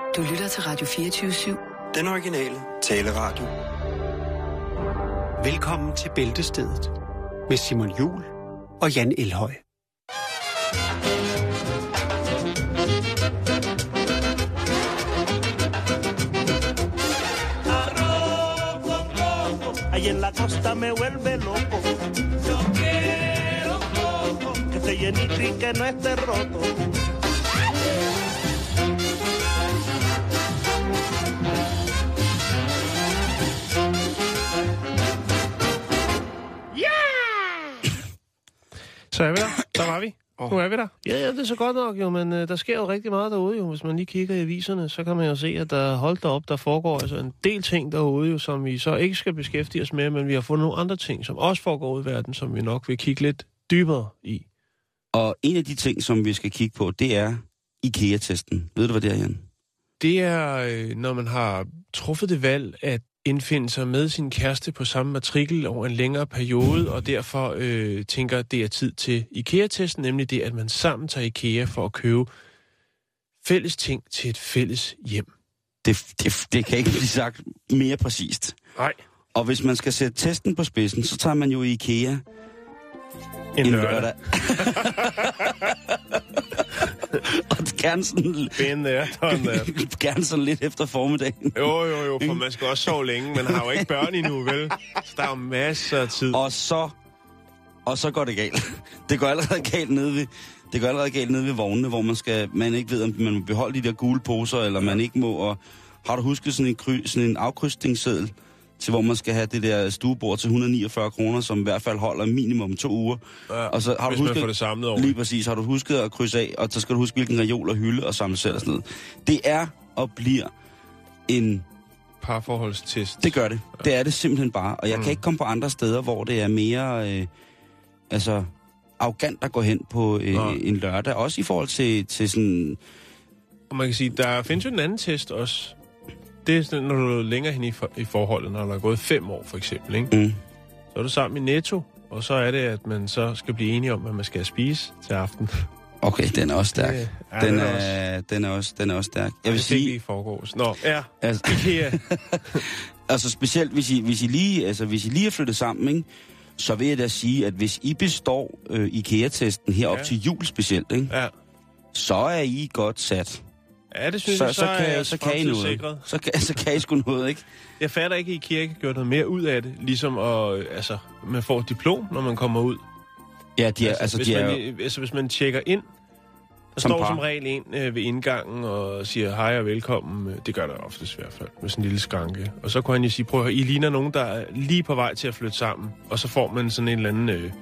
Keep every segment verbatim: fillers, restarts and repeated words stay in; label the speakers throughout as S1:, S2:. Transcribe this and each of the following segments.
S1: Du lytter til Radio fireogtyve syv.
S2: Den originale taleradio.
S3: Velkommen til Bæltestedet med Simon Juhl og Jan Elhøj.
S4: Ahí en la costa me vuelve loco. Yo quiero coco. Que esté llenito y que no esté roto.
S5: Så er vi der. Der var vi. Nu er vi der. Ja, ja, det er så godt nok jo, men øh, der sker jo rigtig meget derude jo. Hvis man lige kigger i aviserne, så kan man jo se, at der holdt derop, der foregår altså en del ting derude jo, som vi så ikke skal beskæftige os med, men vi har fundet nogle andre ting, som også foregår ude i verden, som vi nok vil kigge lidt dybere i.
S6: Og en af de ting, som vi skal kigge på, det er IKEA-testen. Ved du, hvad det er, Jan?
S5: Det er, øh, når man har truffet det valg at indfinde sig med sin kæreste på samme matrikel over en længere periode, og derfor øh, tænker, at det er tid til IKEA-testen, nemlig det, at man sammen tager IKEA for at købe fælles ting til et fælles hjem.
S6: Det, det, det kan ikke blive sagt mere præcist.
S5: Nej.
S6: Og hvis man skal sætte testen på spidsen, så tager man jo i IKEA
S5: en,
S6: en
S5: lørdag.
S6: lørdag. Og gerne sådan,
S5: Ben der, der.
S6: gerne sådan lidt efter formiddagen.
S5: Jo, jo, jo, for man skal også sove længe. Man har jo ikke børn endnu, vel? Så der er jo masser af tid.
S6: Og så, og så går det galt. Det går allerede galt nede ved, det går allerede galt nede ved vognene, hvor man skal, man ikke ved, om man må beholde de der gule poser, eller man ikke må. Og har du husket sådan en, kry, sådan en afkrydsningsseddel til, hvor man skal have det der stuebord til et hundrede og niogfyrre kroner, som i hvert fald holder minimum to uger.
S5: Ja,
S6: og så har
S5: hvis
S6: du husket,
S5: man får det samlet over.
S6: Lige præcis, har du husket at krydse af, og så skal du huske, hvilken reol og hylde og samle selv og sådan noget. Det er og bliver en
S5: parforholdstest.
S6: Det gør det. Ja. Det er det simpelthen bare. Og jeg mm. kan ikke komme på andre steder, hvor det er mere øh, altså arrogant at gå hen på øh, ja. en lørdag. Også i forhold til, til sådan...
S5: Og man kan sige, der findes jo en anden test også. Det er sådan, når du er længere hen i, for, i forholdet, når der er gået fem år for eksempel, ikke? Mm. Så er du sammen i Netto, og så er det, at man så skal blive enige om, hvad man skal spise til aften.
S6: Okay, den er også stærk.
S5: Ja,
S6: den,
S5: er,
S6: er, også. den er også den er også stærk.
S5: Jeg vil sige, det foregås. Nå, ja.
S6: Altså,
S5: IKEA.
S6: altså specielt hvis I hvis I lige altså hvis I lige er flyttet sammen, ikke? Så vil jeg da sige, at hvis I består øh, IKEA-testen herop ja. til jul specielt, ikke?
S5: Ja.
S6: Så er I godt sat.
S5: Ja, det synes
S6: så,
S5: jeg, så,
S6: så,
S5: så
S6: kan, så kan I noget. Så kan, så kan I sgu noget, ikke?
S5: Jeg fatter ikke, at IKEA kan gøre noget mere ud af det, ligesom at, altså, man får et diplom, når man kommer ud.
S6: Ja, de er, altså,
S5: altså, hvis,
S6: de er
S5: man,
S6: jo...
S5: altså, hvis man tjekker ind, der
S6: som
S5: står
S6: par.
S5: som regel en øh, ved indgangen og siger hej og velkommen. Det gør der oftest i hvert fald, med sådan en lille skranke. Og så kunne han jo sige, prøv at høre, I ligner nogen, der er lige på vej til at flytte sammen. Og så får man sådan en eller anden, øh, et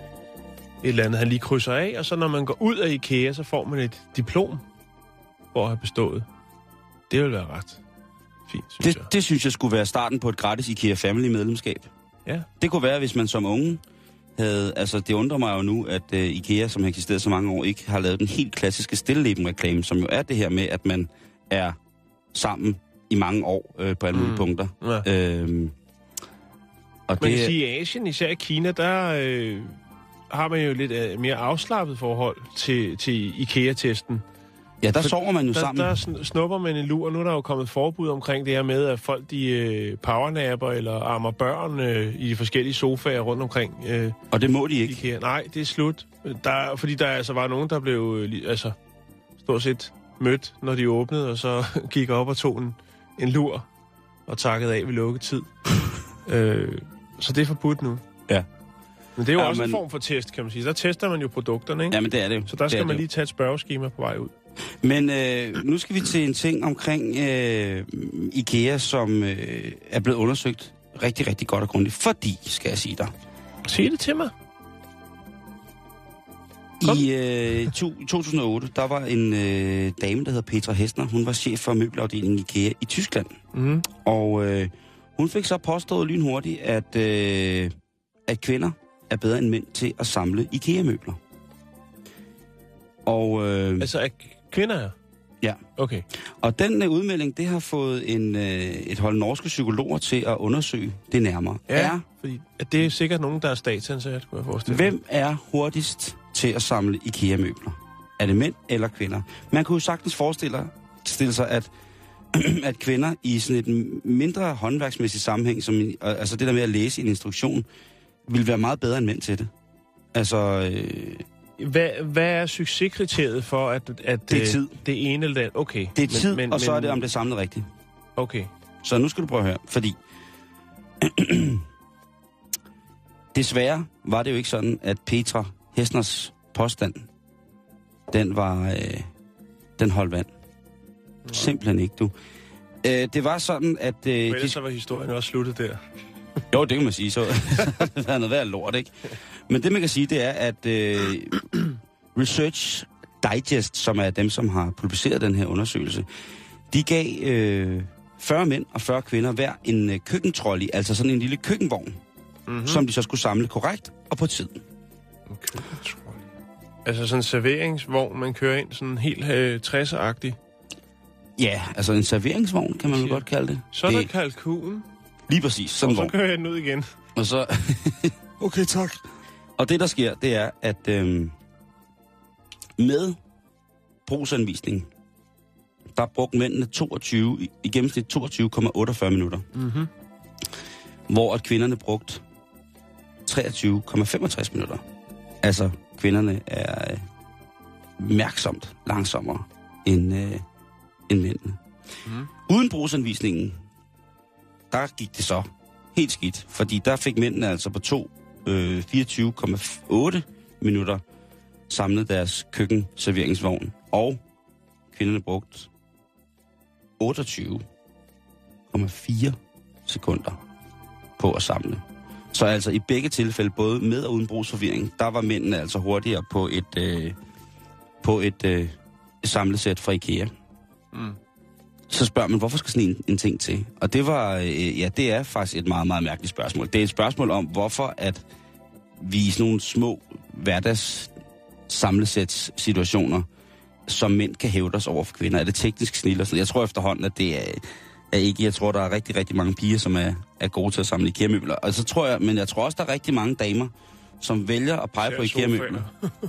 S5: eller andet, han lige krydser af. Og så når man går ud af IKEA, så får man et diplom for at have bestået. Det vil være ret fint, synes
S6: det,
S5: jeg.
S6: Det synes jeg skulle være starten på et gratis IKEA Family medlemskab.
S5: Ja.
S6: Det kunne være, hvis man som unge havde... Altså, det undrer mig jo nu, at uh, IKEA, som har eksisteret så mange år, ikke har lavet den helt klassiske stilleleben-reklame, som jo er det her med, at man er sammen i mange år øh, på alle mulige mm. punkter.
S5: Ja.
S6: Øhm, og
S5: man
S6: det,
S5: kan sige, i Asien, især i Kina, der øh, har man jo lidt øh, mere afslappet forhold til, til IKEA-testen.
S6: Ja, der For, sover man jo
S5: der,
S6: sammen.
S5: Der snupper man en lur, og nu er der jo kommet forbud omkring det her med, at folk de øh, powernapper eller armer børn øh, i de forskellige sofaer rundt omkring. Øh,
S6: og det må de ikke?
S5: IKEA. Nej, det er slut. Der, fordi der altså var nogen, der blev øh, altså, stort set mødt, når de åbnede, og så gik op og tog en, en lur og takkede af ved lukketid. øh, så det er forbudt nu.
S6: Ja.
S5: Men det er jo
S6: ja,
S5: også
S6: men...
S5: en form for test, kan man sige. Der tester man jo produkterne, ikke?
S6: Ja, men det er det jo.
S5: Så der skal man
S6: lige
S5: tage et spørgeskema på vej ud.
S6: Men øh, nu skal vi til en ting omkring øh, IKEA, som øh, er blevet undersøgt rigtig, rigtig godt og grundigt. Fordi, skal jeg sige dig.
S5: Sig det til mig.
S6: Kom. I øh, to, to tusind og otte, der var en øh, dame, der hedder Petra Hessner. Hun var chef for møbelafdelingen i IKEA i Tyskland. Mm. Og øh, hun fik så påstået lynhurtigt, at, øh, at kvinder er bedre end mænd til at samle IKEA-møbler. Og, øh,
S5: altså, er kvinder er?
S6: Ja.
S5: Okay.
S6: Og den uh, udmelding, det har fået en, uh, et hold norske psykologer til at undersøge det nærmere.
S5: Ja, er, fordi at det er sikkert nogen, der er statsansat, kunne jeg forestille mig.
S6: Hvem er hurtigst til at samle IKEA-møbler? Er det mænd eller kvinder? Man kunne jo sagtens forestille stille sig, at at kvinder i sådan et mindre håndværksmæssigt sammenhæng, som, altså det der med at læse en instruktion, vil være meget bedre end mænd til det. Altså... Øh,
S5: hvad, hvad er succeskriteriet for, at, at
S6: det er tid.
S5: Det ene eller det okay.
S6: Det er tid, men, men, og så er det, om det er samlet rigtigt.
S5: Okay.
S6: Så nu skal du prøve at høre, fordi... Desværre var det jo ikke sådan, at Petra Hessners påstand, den var... Øh, den holdt vand. Nej. Simpelthen ikke, du. Øh, det var sådan, at... Øh,
S5: men ellers så var historien også sluttet der.
S6: Jo, det kan man sige. Så det var noget værd lort, ikke? Men det, man kan sige, det er, at øh, Research Digest, som er dem, som har publiceret den her undersøgelse, de gav øh, fyrre mænd og fyrre kvinder hver en øh, køkkentrolley, altså sådan en lille køkkenvogn, mm-hmm. som de så skulle samle korrekt og på tid.
S5: En køkkentrolley. Altså sådan en serveringsvogn, man kører ind, sådan helt øh, tresser-agtig.
S6: Ja, altså en serveringsvogn, kan man jo godt kalde det.
S5: Så er der
S6: det...
S5: kalkun.
S6: Lige præcis. Sådan
S5: og så kører jeg den ud igen.
S6: Og så... okay, tak. Og det, der sker, det er, at øhm, med brugsanvisning, der brugte mændene toogtyve, i, i gennemsnit toogtyve komma otteogfyrre minutter.
S5: Mm-hmm.
S6: Hvor at kvinderne brugte treogtyve komma femogtres minutter. Altså, kvinderne er øh, mærksomt langsommere end, øh, end mændene. Mm. Uden brugsanvisningen, der gik det så helt skidt, fordi der fik mændene altså på to, øh, fireogtyve komma otte minutter samlet deres køkkenserveringsvogn, og kvinderne brugte otteogtyve komma fire sekunder på at samle. Så altså i begge tilfælde, både med og uden brugsforvirring, der var mændene altså hurtigere på et, øh, på et øh, samlesæt fra IKEA. Mm. Så spørger man, hvorfor skal sådan en, en ting til? Og det var, øh, ja, det er faktisk et meget, meget mærkeligt spørgsmål. Det er et spørgsmål om, hvorfor at vi i sådan nogle små hverdags samlesætssituationer, som mænd kan hævde os over for kvinder. Er det teknisk snil og sådan? Jeg tror efterhånden, at det er, er ikke... Jeg tror, der er rigtig, rigtig mange piger, som er, er gode til at samle IKEA-møbler. Og så tror jeg, men jeg tror også, der er rigtig mange damer, som vælger at pege på IKEA-møbler.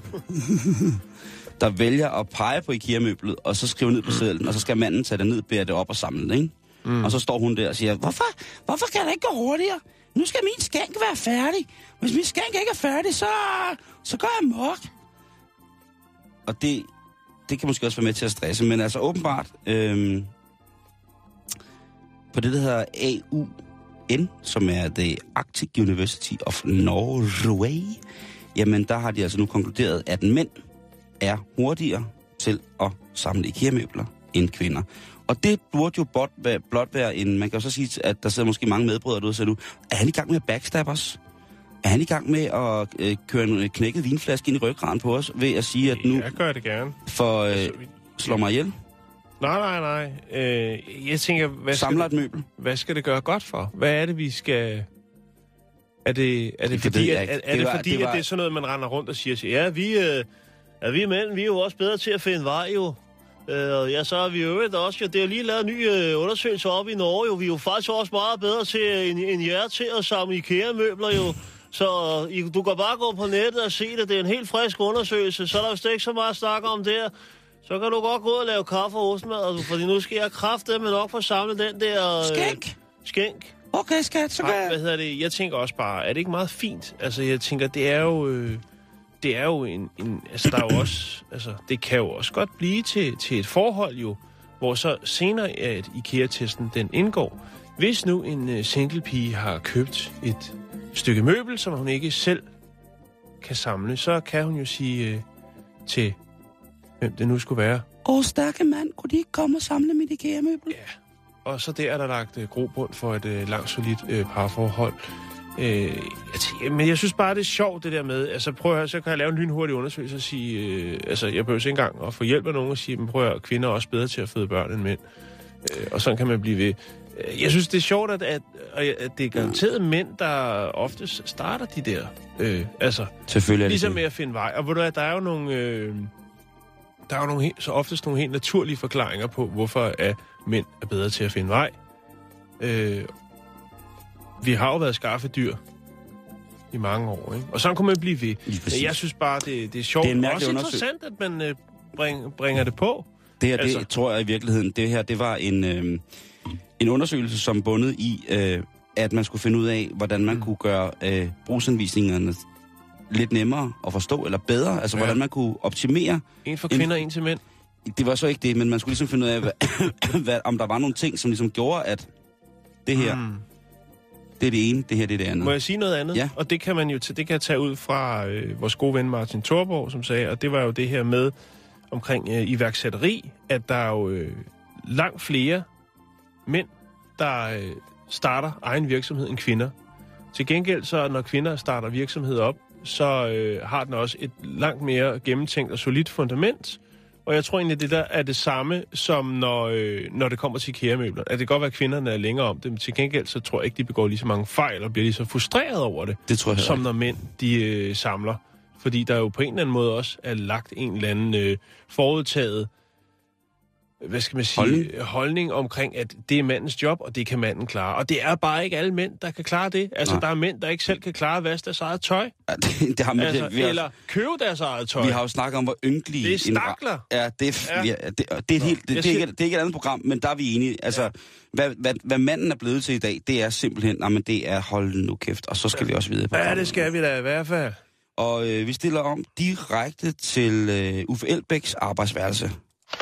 S6: der vælger at pege på IKEA-møblet, og så skrive ned på sedlen, og så skal manden tage det ned, bære det op og samle det, ikke? Mm. Og så står hun der og siger, hvorfor, hvorfor kan det ikke gå hurtigere? Nu skal min skænk være færdig. Hvis min skænk ikke er færdig, så, så går jeg mok. Og det, det kan måske også være med til at stresse, men altså åbenbart, øhm, på det, der hedder A U N, som er The Arctic University of Norway, jamen der har de altså nu konkluderet, at mænd er hurtigere til at samle IKEA-møbler end kvinder. Og det burde jo blot være, blot være en... Man kan jo så sige, at der sidder måske mange medbrødre derude og siger nu, er han i gang med at backstabbe os? Er han i gang med at øh, køre en knækket vinflaske ind i ryggraden på os, ved at sige, at nu...
S5: Jeg gør det gerne.
S6: For øh, slår mig ihjel?
S5: Nej, nej, nej. Øh, jeg tænker, hvad
S6: Samler
S5: skal,
S6: et møbel.
S5: Hvad skal det gøre godt for? Hvad er det, vi skal... Er det, er det, det fordi, at, er, er det, det var, fordi det var... at det er sådan noget, man render rundt og siger til, ja, vi, øh, ja, vi mænd, vi er jo også bedre til at finde vej, jo. Øh, ja, så er vi jo også, jo, det er lige lavet en ny øh, undersøgelse op i Norge, jo. Vi er jo faktisk også meget bedre til end, end jer til at samle IKEA-møbler, jo. Så øh, du kan bare gå på nettet og se det. Det er en helt frisk undersøgelse, så er der jo slet ikke så meget at snakke om der. Så kan du godt gå ud og lave kaffe og ostmad, fordi nu skal jeg kraftedeme nok få samlet den der... Øh,
S6: skænk?
S5: Skænk.
S6: Okay, skat, så kan
S5: jeg... Hvad hedder det? Jeg tænker også bare, er det ikke meget fint? Altså, jeg tænker, det er jo... Øh, det er jo en, en... Altså, der er jo også... Altså, det kan jo også godt blive til, til et forhold, jo, hvor så senere, at IKEA-testen, den indgår. Hvis nu en uh, single pige har købt et stykke møbel, som hun ikke selv kan samle, så kan hun jo sige uh, til... hvem det nu skulle være.
S6: Åh, stakke mand, kunne de ikke komme og samle mit IKEA-møbel?
S5: Ja, og så der er der lagt uh, grobund for et uh, langt, solidt uh, parforhold. Uh, jeg tænker, men jeg synes bare, det er sjovt, det der med, altså prøv at høre, så kan jeg lave en lynhurtig undersøgelse og sige, uh, altså jeg behøver ikke engang at få hjælp af nogen og sige, men prøv at høre, kvinder er også bedre til at føde børn end mænd. Uh, og sådan kan man blive ved. Uh, jeg synes, det er sjovt, at, at, at det er garanteret mænd, der oftest starter de der, uh, altså,
S6: selvfølgelig er det
S5: ligesom
S6: det.
S5: med at finde vej. Og ved du hvad, der er jo nogle... Uh, Der er jo nogle, så oftest nogle helt naturlige forklaringer på, hvorfor at mænd er bedre til at finde vej. Øh, vi har jo været skaffedyr i mange år, ikke? Og sådan kunne man blive ved. Jeg synes bare, det, det er sjovt. Det er
S6: en
S5: også interessant, at man øh, bring, bringer det på.
S6: Det her,
S5: Altså-
S6: det tror jeg i virkeligheden, det her, det var en, øh, en undersøgelse, som bundet i, øh, at man skulle finde ud af, hvordan man
S5: Mm.
S6: kunne gøre øh, brugsanvisningerne lidt nemmere at forstå, eller bedre. Altså,
S5: Ja.
S6: ja. hvordan man kunne optimere.
S5: En for
S6: En-
S5: kvinder, en til mænd.
S6: Det var så ikke det, men man skulle ligesom finde ud af, hvad, hvad, om der var nogle ting, som ligesom gjorde, at det her, mm.
S5: Mm.
S6: det er det ene, det her det er det andet.
S5: Må jeg sige noget andet?
S6: Ja.
S5: Og det kan man jo t- det kan jeg tage ud fra øh, vores gode ven Martin Thorborg, som sagde, og det var jo det her med omkring øh, iværksætteri, at der er jo øh, langt flere mænd, der øh, starter egen virksomhed end kvinder. Til gengæld så, når kvinder starter virksomhed op, så øh, har den også et langt mere gennemtænkt og solidt fundament. Og jeg tror egentlig, det der er det samme, som når, øh, når det kommer til IKEA-møbler. At det kan godt være, at kvinderne er længere om det, men til gengæld så tror jeg ikke, de begår lige så mange fejl og bliver lige så frustreret over det,
S6: Det tror jeg
S5: som
S6: ikke.
S5: når mænd de øh, samler. Fordi der jo på en eller anden måde også er lagt en eller anden øh, forudtaget hvad skal man sige,
S6: Holdning.
S5: holdning omkring, at det er mandens job, og det kan manden klare. Og det er bare ikke alle mænd, der kan klare det. Altså,
S6: Nej.
S5: der er mænd, der ikke selv kan klare at vaske deres eget tøj.
S6: Ja, det, det har man,
S5: Altså,
S6: det, vi, har,
S5: eller købe deres eget tøj.
S6: vi har jo snakket om, hvor ynkelige...
S5: Det er
S6: en-
S5: stakler.
S6: Ja, det er,
S5: Ja.
S6: ja. Ja, det, det, er et helt, det,
S5: Jeg
S6: det, er
S5: siger-
S6: ikke, det er ikke et andet program, men der er vi enige. Altså, ja. hvad, hvad, hvad manden er blevet til i dag, det er simpelthen, nej, men det er hold nu kæft, og så skal ja. vi også videre. på
S5: Ja,
S6: programmet.
S5: det skal vi da i hvert fald.
S6: Og øh, vi stiller om direkte til øh, Uffe Elbæks arbejdsværelse.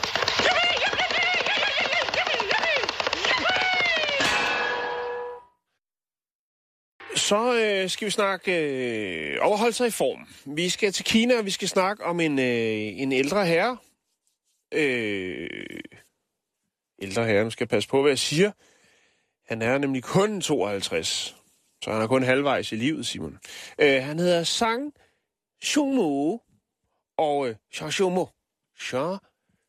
S5: Så øh, skal vi snakke øh, overholde sig i form. Vi skal til Kina, og vi skal snakke om en, øh, en ældre herre. Øh, ældre herre, nu skal jeg passe på, hvad jeg siger. Han er nemlig kun tooghalvtreds, så han er kun halvvejs i livet, Simon. Øh, han hedder Sang Shumo, og øh, Sang Shumo. Sang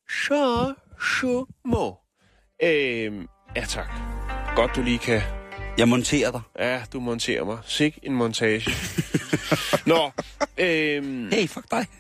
S5: Shumo. Øh, ja, tak. Godt, du lige kan...
S6: Jeg monterer dig.
S5: Ja, du monterer mig. Sik en montage. Nå, øhm,
S6: Hey, fuck dig.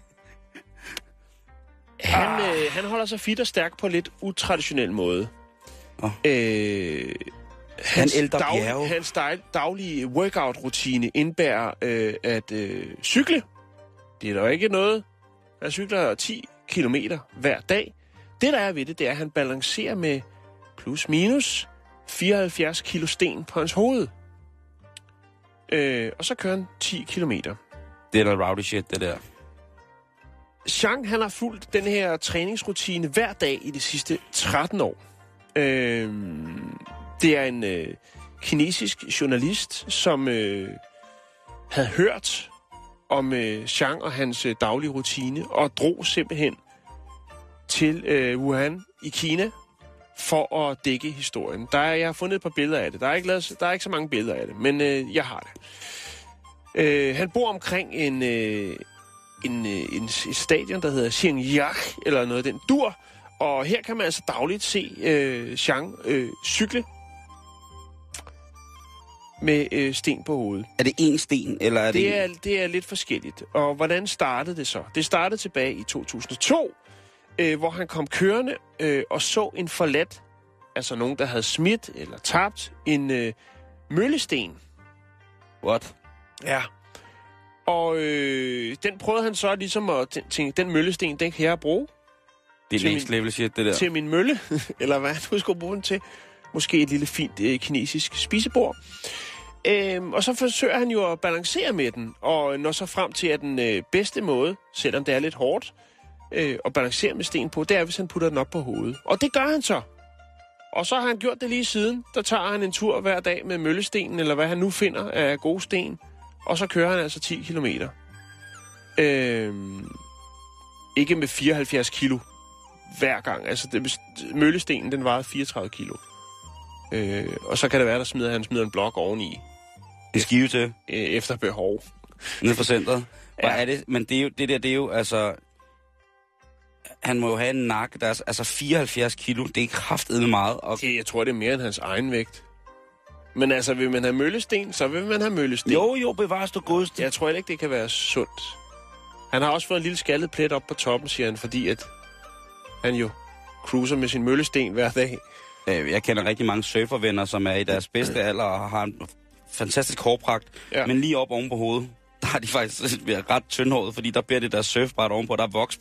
S5: han, øh, han holder sig fit og stærk på en lidt utraditionel måde.
S6: Oh.
S5: Øh, hans,
S6: ældre bjerge.
S5: hans dag, daglige workout-rutine indebærer øh, at øh, cykle. Det er der ikke noget. Han cykler ti kilometer hver dag. Det, der er ved det, det er, at han balancerer med plus minus fireoghalvfjerds kilo sten på hans hoved. Øh, og så kører han ti kilometer.
S6: Det er da rowdy shit, det der.
S5: Zhang, han har fulgt den her træningsrutine hver dag i de sidste tretten år. Øh, det er en øh, kinesisk journalist, som øh, havde hørt om øh, Zhang og hans øh, daglige rutine, og drog simpelthen til øh, Wuhan i Kina for at dække historien. Der er, jeg har fundet et par billeder af det. Der er ikke, lavet, der er ikke så mange billeder af det, men øh, jeg har det. Øh, han bor omkring en, øh, en, øh, en, et stadion, der hedder Xinjiang, eller noget af den dur. Og her kan man altså dagligt se øh, Zhang øh, cykle med øh, sten på hovedet.
S6: Er det én sten, eller er det...
S5: Det er, det er lidt forskelligt. Og hvordan startede det så? Det startede tilbage i to tusind og to, øh, hvor han kom kørende øh, og så en forladt, altså nogen, der havde smidt eller tabt en øh, møllesten.
S6: What?
S5: Ja. Og øh, den prøvede han så ligesom at tæ- tænke, den møllesten, den kan jeg bruge
S6: Det er
S5: Til
S6: next
S5: min-
S6: level shit, det der.
S5: til min mølle, eller hvad han nu skulle bruge den til. Måske et lille fint øh, kinesisk spisebord. Øhm, og så forsøger han jo at balancere med den, og når så frem til, at den øh, bedste måde, selvom det er lidt hårdt, øh, at balancere med sten på, det er, hvis han putter den op på hovedet. Og det gør han så. Og så har han gjort det lige siden. Der tager han en tur hver dag med møllestenen, eller hvad han nu finder af gode sten. Og så kører han altså ti kilometer. Øhm, ikke med fireoghalvfjerds kilo hver gang. Altså, det, møllestenen, den vejede fireogtredive kilo. Øh, og så kan det være, der smider han smider en blok oveni,
S6: Det skive til,
S5: øh, efter behov.
S6: ned for centret. Hvor
S5: Ja.
S6: er det? Men det, er jo, det der, det er jo, altså... Han må jo have en nakke, der er altså fireoghalvfjerds kilo. Det er kraftedeme meget. Og...
S5: Det, jeg tror, det er mere end hans egen vægt. Men altså, vil man have møllesten, så vil man have møllesten.
S6: Jo, jo, bevares du godeste.
S5: Jeg tror heller ikke, det kan være sundt. Han har også fået en lille skaldet plet op på toppen, siger han, fordi at han jo cruiser med sin møllesten hver dag.
S6: Øh, Jeg kender rigtig mange surfervenner, som er i deres bedste alder og har en fantastisk hårpragt.
S5: Ja.
S6: Ja. Men lige op oven på hovedet, der har de faktisk været ret tyndhåret, fordi der bliver det der surfbræt ovenpå, der er voks på.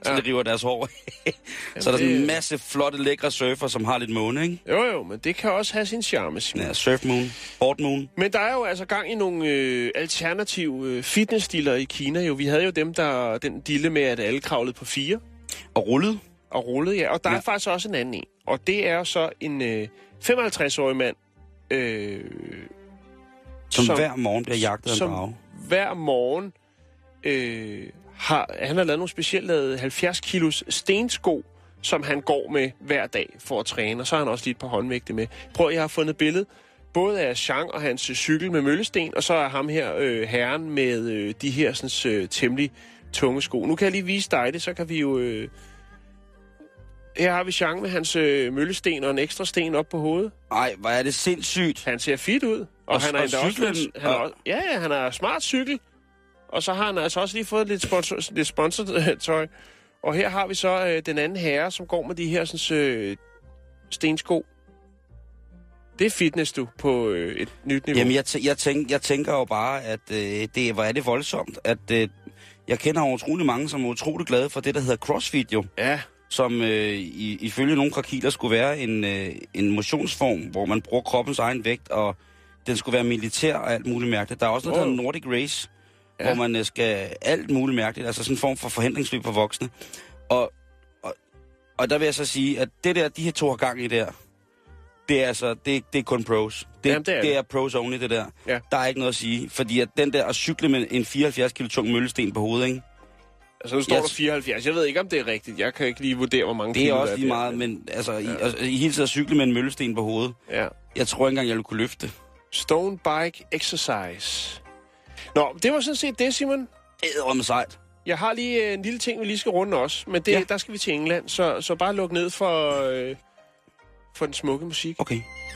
S6: så de river deres hår. Så er der sådan en masse flotte, lækre surfer, som har lidt måne, ikke?
S5: Jo, jo, men det kan også have sin charme, Simon.
S6: Ja, surf moon, board moon.
S5: Men der er jo altså gang i nogle øh, alternative øh, fitnessstiler i Kina. Jo, vi havde jo dem, der den dille med, at alle kravlede på fire.
S6: Og rullet.
S5: Og rullede, ja. Og der ja. er faktisk også en anden en. Og det er så en øh, femoghalvtreds-årig mand, øh,
S6: som, som hver morgen bliver jagtet af en drage.
S5: hver morgen øh, har... Han har lavet nogle specielt lavet halvfjerds kilos stensko, som han går med hver dag for at træne. Og så har han også lige et par håndvægte med. Prøv, jeg har fundet et billede. Både af Chang og hans cykel med møllesten, og så er ham her, øh, herren, med øh, de her sådan, øh, temmelig tunge sko. Nu kan jeg lige vise dig det, så kan vi jo... Øh, her har vi Chang med hans øh, møllesten og en ekstra sten op på hovedet.
S6: Ej, hvor er det sindssygt.
S5: Han ser fit ud. Og, og han er endda også... Han er også ja, ja, han er smart cykel. Og så har han altså også lige fået lidt, sponsor, lidt sponsortøj. Og her har vi så øh, den anden herre, som går med de her sådan, øh, stensko. Det er fitness, du, på øh, et nyt niveau.
S6: Jamen, jeg, t- jeg, tænk, jeg tænker jo bare, at øh, det, hvor er det voldsomt, at øh, jeg kender utrolig mange, som er utrolig glade for det, der hedder CrossFit, jo.
S5: Ja.
S6: Som øh, i, ifølge nogle krakiler skulle være en, øh, en motionsform, hvor man bruger kroppens egen vægt, og den skulle være militær og alt muligt mærkeligt. Der er også noget, der hedder Nordic Race, ja. Hvor man øh, skal alt muligt mærkeligt, altså sådan en form for forhindringsløb for voksne. Og, og, og der vil jeg så sige, at det der, de her to har gang i der, det er altså, det, det er kun pros. Det, Jamen, det, er, det er pros only, det der. Ja. Der er ikke noget at sige, fordi at den der at cykle med en fireoghalvfjerds kilo tung møllesten på hovedet, ikke?
S5: Altså nu står jeg, der fireoghalvfjerds. Jeg ved ikke, om det er rigtigt. Jeg kan ikke lige vurdere, hvor mange
S6: kilo det er.
S5: Det er
S6: også lige meget, men altså, ja. i, altså, i hele tiden at cykle med en møllesten på hovedet. Ja. Jeg tror ikke engang, jeg ville kunne løfte det.
S5: Stone bike exercise. Nå, det var sådan set det, Simon.
S6: Ædre sejt.
S5: Jeg har lige en lille ting, vi lige skal runde også, men det, ja. Der skal vi til England, så, så bare luk ned for, øh, for den smukke musik.
S6: Okay.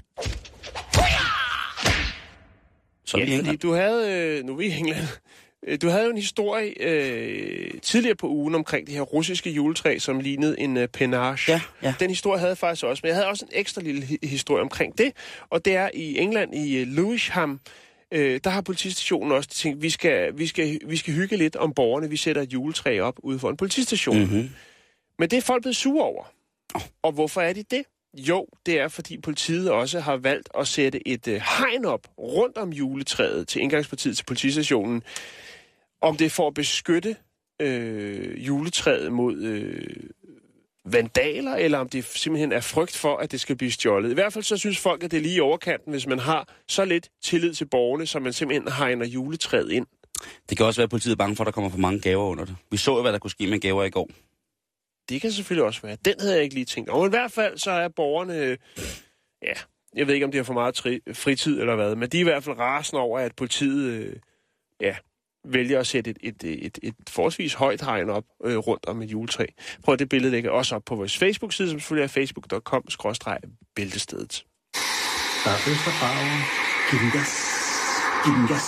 S5: Så ja, fordi du havde, øh, nu er vi i England, du havde jo en historie øh, tidligere på ugen omkring det her russiske juletræ, som lignede en øh, panache.
S6: Ja, ja.
S5: Den historie havde jeg faktisk også, men jeg havde også en ekstra lille hi- historie omkring det, og det er i England, i øh, Lewisham. Øh, der har politistationen også tænkt, vi skal, vi, skal, vi skal hygge lidt om borgerne. Vi sætter et juletræ op ude for en politistation. Mm-hmm. Men det er folk blevet sure over. Oh. Og hvorfor er de det? Jo, det er, fordi politiet også har valgt at sætte et øh, hegn op rundt om juletræet til indgangspartiet til politistationen. Om det er for at beskytte øh, juletræet mod øh, vandaler, eller om det simpelthen er frygt for, at det skal blive stjålet. I hvert fald så synes folk, at det er lige i overkanten, hvis man har så lidt tillid til borgerne, så man simpelthen hegner juletræet ind.
S6: Det kan også være, at politiet er bange for, at der kommer for mange gaver under det. Vi så jo, hvad der kunne ske med gaver i går.
S5: Det kan selvfølgelig også være. Den havde jeg ikke lige tænkt over. Men i hvert fald så er borgerne... Ja, jeg ved ikke, om de har for meget tri- fritid eller hvad, men de er i hvert fald rasende over, at politiet øh, ja, vælger at sætte et, et, et, et, et forholdsvis højt hegn op øh, rundt om et juletræ. Prøv det billede lægger også op på vores Facebook-side, som selvfølgelig er facebook punktum com skråstreg bæltestedet.
S3: Der er bedst farven. Giv den gas. Giv den gas.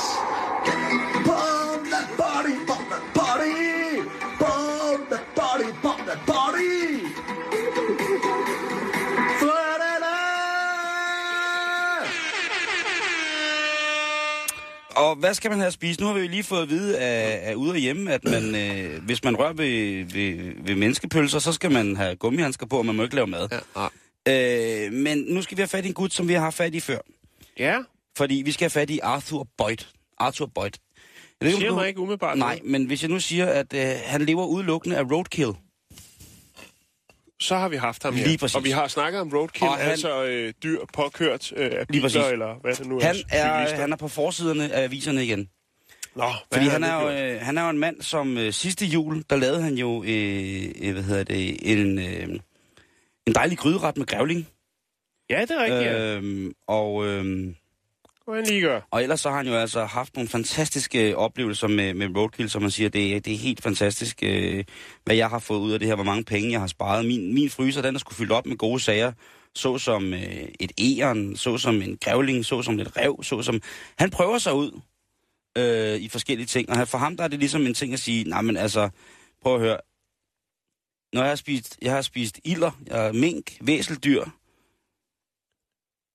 S3: Bomb that body, bomb that body. Bomb that body, bomb that body.
S6: Og hvad skal man have at spise? Nu har vi jo lige fået at vide af, af ude og hjemme, at man, øh, hvis man rører ved, ved, ved menneskepølser, så skal man have gummihandsker på, og man må ikke lave mad. Ja, øh, men nu skal vi have fat i en gut, som vi har haft fat i før.
S5: Ja.
S6: Fordi vi skal have fat i Arthur Boyd. Arthur Boyd.
S5: Jeg siger mig ikke umiddelbart.
S6: Nej, men hvis jeg nu siger, at øh, han lever udelukkende af roadkill.
S5: Så har vi haft ham, ja.
S6: Lige præcis.
S5: Og vi har snakket om roadkill, han, altså øh, dyr påkørt øh, af biler, eller hvad det nu
S6: han
S5: er.
S6: er han er på forsiderne af aviserne igen.
S5: Nå,
S6: fordi han er, jo, øh, han er jo en mand, som øh, sidste jul, der lavede han jo øh, hvad hedder det, en, øh, en dejlig gryderet med grævling.
S5: Ja, det er rigtigt, ja.
S6: Øhm, og... Øh,
S5: Hvad han lige gør.
S6: Og ellers så har han jo altså haft nogle fantastiske oplevelser med, med roadkill, som man siger, det er, det er helt fantastisk, øh, hvad jeg har fået ud af det her, hvor mange penge jeg har sparet. Min, min fryser, den er sgu fyldt op med gode sager, såsom øh, et egern, såsom en grævling, såsom et rev, såsom... Han prøver sig ud øh, i forskellige ting, og for ham der er det ligesom en ting at sige, nej, men altså, prøv at høre, når jeg har spist, jeg har spist ilder, jeg har mink, væseldyr,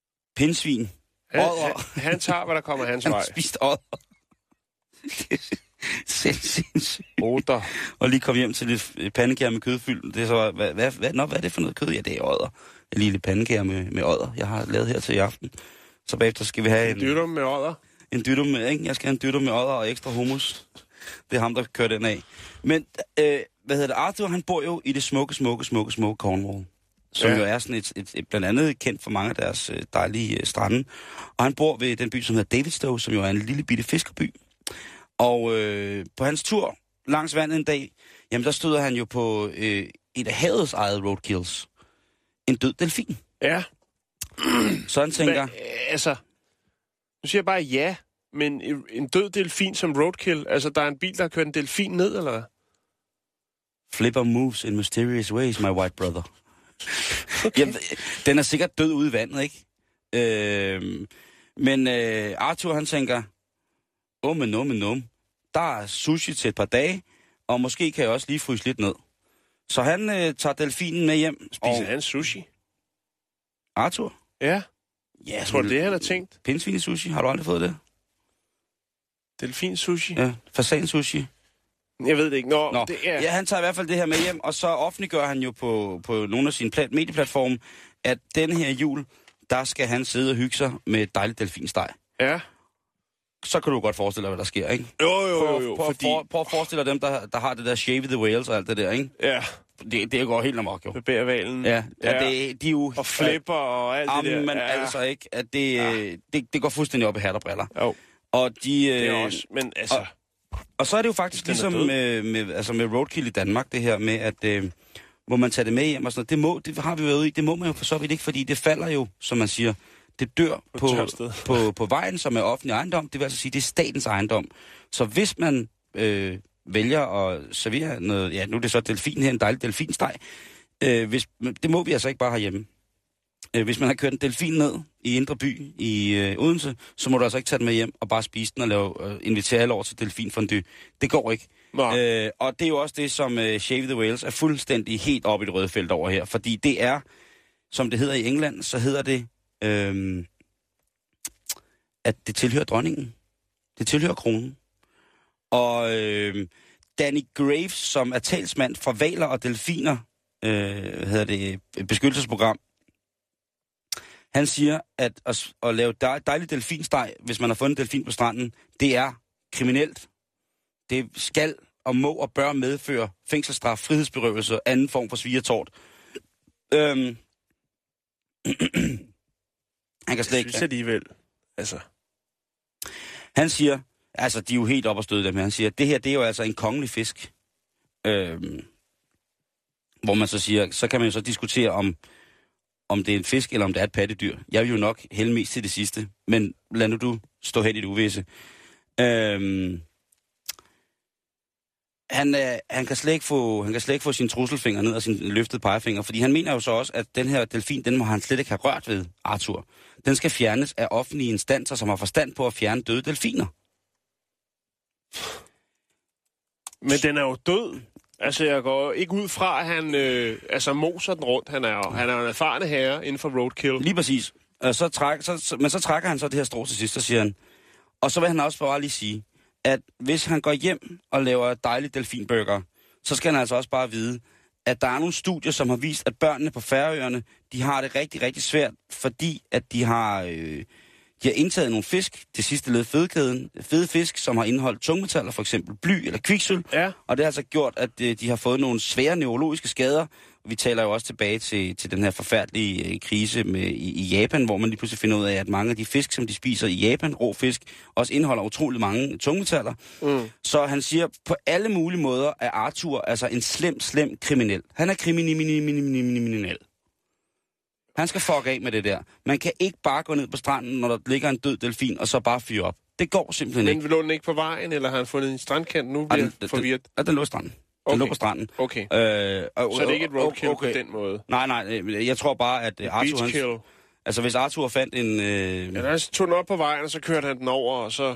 S6: pindsvin.
S5: Han, han, han tager, hvad der kommer hans vej.
S6: Han har spist odder. Sindssygt.
S5: Otter.
S6: Og lige kom hjem til lidt pandekager med kødfyld. Det er så, hvad, hvad, hvad, nå, hvad er det for noget kød? Ja, det er odder. Jeg lige lidt pandekager med, med odder, jeg har lavet her til i aften. Så bagefter skal vi have en...
S5: En dytum med odder?
S6: En dytum med, ikke? Jeg skal have en dytum med odder og ekstra hummus. Det er ham, der kører den af. Men, øh, hvad hedder det? Arthur, han bor jo i det smukke, smukke, smukke, smukke Cornwall. Som ja. jo er sådan et, et, et, blandt andet kendt for mange af deres øh, dejlige øh, strande. Og han bor ved den by, som hedder Davidstow, som jo er en lille bitte fiskerby. Og øh, på hans tur langs vandet en dag, jamen der støder han jo på øh, et af havets eget roadkills. En død delfin.
S5: Ja.
S6: Så han tænker...
S5: Men, altså, nu siger jeg bare ja, men en død delfin som roadkill, altså der er en bil, der har kørt en delfin ned, eller hvad?
S6: Flipper moves in mysterious ways, my white brother. Okay. Jamen, den er sikkert død ude i vandet, ikke? Øh, men øh, Arthur, han tænker, åh, men no, men no. Der er sushi til et par dage, og måske kan jeg også lige fryse lidt ned. Så han øh, tager delfinen med hjem.
S5: Spiser
S6: og...
S5: han sushi?
S6: Arthur?
S5: Ja.
S6: Ja,
S5: jeg tror, det han har tænkt.
S6: Pindsvin i sushi, har du aldrig fået det?
S5: Delfin sushi?
S6: Ja, fasan sushi.
S5: Jeg ved det ikke. Nå,
S6: Nå.
S5: Det er...
S6: Ja, han tager i hvert fald det her med hjem, og så offentliggør han jo på, på nogle af sine plat- medieplatforme, at denne her jul, der skal han sidde og hygge sig med et dejligt delfinsteg.
S5: Ja.
S6: Så kan du godt forestille dig, hvad der sker, ikke?
S5: Jo, jo, jo, jo.
S6: Prøv,
S5: fordi...
S6: prøv, prøv at forestille dig dem, der, der har det der Shave the Whales og alt det der, ikke?
S5: Ja.
S6: Det, det går helt amok, jo.
S5: Med bærvalen.
S6: Ja, ja, ja. Det, de er jo...
S5: Og flipper og alt det der.
S6: Men
S5: ja.
S6: altså ikke, at det,
S5: ja.
S6: det, det går fuldstændig op i hat og briller.
S5: Jo.
S6: Og de...
S5: Det er også, men altså...
S6: Og, og så er det jo faktisk ligesom med, med, altså med roadkill i Danmark, det her med, at øh, må man tage det med hjem og sådan noget. Det, må, det har vi jo været i, det må man jo for så vidt ikke, fordi det falder jo, som man siger, det dør på, på, på, på vejen, som er offentlig ejendom. Det vil altså sige, det er statens ejendom. Så hvis man øh, vælger at servere noget, ja, nu er det så delfin her, en dejlig delfinsteg, øh, hvis, det må vi altså ikke bare have hjemme. Øh, hvis man har kørt en delfin ned i Indre By i øh, Odense, så må du altså ikke tage den med hjem og bare spise den og lave, øh, invitere alle over til delfinfondue. Det går ikke. Øh, og det er jo også det, som øh, Shave the Whales er fuldstændig helt oppe i det røde felt over her. Fordi det er, som det hedder i England, så hedder det, øh, at det tilhører dronningen. Det tilhører kronen. Og øh, Danny Graves, som er talsmand for hvaler og delfiner, øh, hedder det, et beskyttelsesprogram, han siger, at at, at lave dejlig delfinsteg, hvis man har fundet en delfin på stranden, det er kriminelt. Det skal og må og bør medføre fængselsstraf, frihedsberøvelse og anden form for svigertort. Øhm. Han kan slet ikke...
S5: Jeg synes alligevel, altså...
S6: Han siger, altså de er jo helt op at støde dem her, han siger, det her det er jo altså en kongelig fisk. Øhm. Hvor man så siger, så kan man jo så diskutere om... om det er en fisk, eller om det er et pattedyr. Jeg vil jo nok hælde mest til det sidste, men lad nu du stå hen i det uvisse. Øhm, han, øh, han, kan slet ikke få, han kan slet ikke få sin trusselfinger ned og sin løftede pegefinger, fordi han mener jo så også, at den her delfin, den må han slet ikke have rørt ved, Arthur. Den skal fjernes af offentlige instanser, som har forstand på at fjerne døde delfiner.
S5: Men den er jo død. Altså, jeg går ikke ud fra, at han øh, altså, moser den rundt. Han er jo han er en erfarne herre inden for roadkill.
S6: Lige præcis. Så træk, så, så, men så trækker han så det her strå til sidst, og siger han. Og så vil han også bare lige sige, at hvis han går hjem og laver dejlige delfinburger, så skal han altså også bare vide, at der er nogle studier, som har vist, at børnene på Færøerne, de har det rigtig, rigtig svært, fordi at de har... Øh, De har indtaget nogle fisk, det sidste led fedekæden, fede fisk, som har indeholdt tungmetaller, for eksempel bly eller kviksølv. Ja. Og det har altså gjort, at de har fået nogle svære neurologiske skader. Vi taler jo også tilbage til, til den her forfærdelige øh, krise med, i, i Japan, hvor man lige pludselig finder ud af, at mange af de fisk, som de spiser i Japan, rå fisk, også indeholder utrolig mange tungmetaller. Mm. Så han siger, på alle mulige måder er Arthur altså en slem, slem kriminel. Han er kriminel. Han skal fuck af med det der. Man kan ikke bare gå ned på stranden, når der ligger en død delfin, og så bare fyre op. Det går simpelthen
S5: Men
S6: ikke.
S5: Men lå den ikke på vejen, eller har han fundet en strandkant? Nu bliver
S6: den,
S5: forvirret.
S6: Ja, den lå på stranden. Den
S5: okay.
S6: lå på stranden.
S5: Okay.
S6: Øh, og,
S5: så er det ikke et roadkill
S6: okay.
S5: på den måde?
S6: Nej, nej. Jeg tror bare, at Arthur...
S5: Beachkill.
S6: Hans, altså, hvis Arthur fandt en... Øh...
S5: Ja, han tog den op på vejen, og så kørte han den over, og så...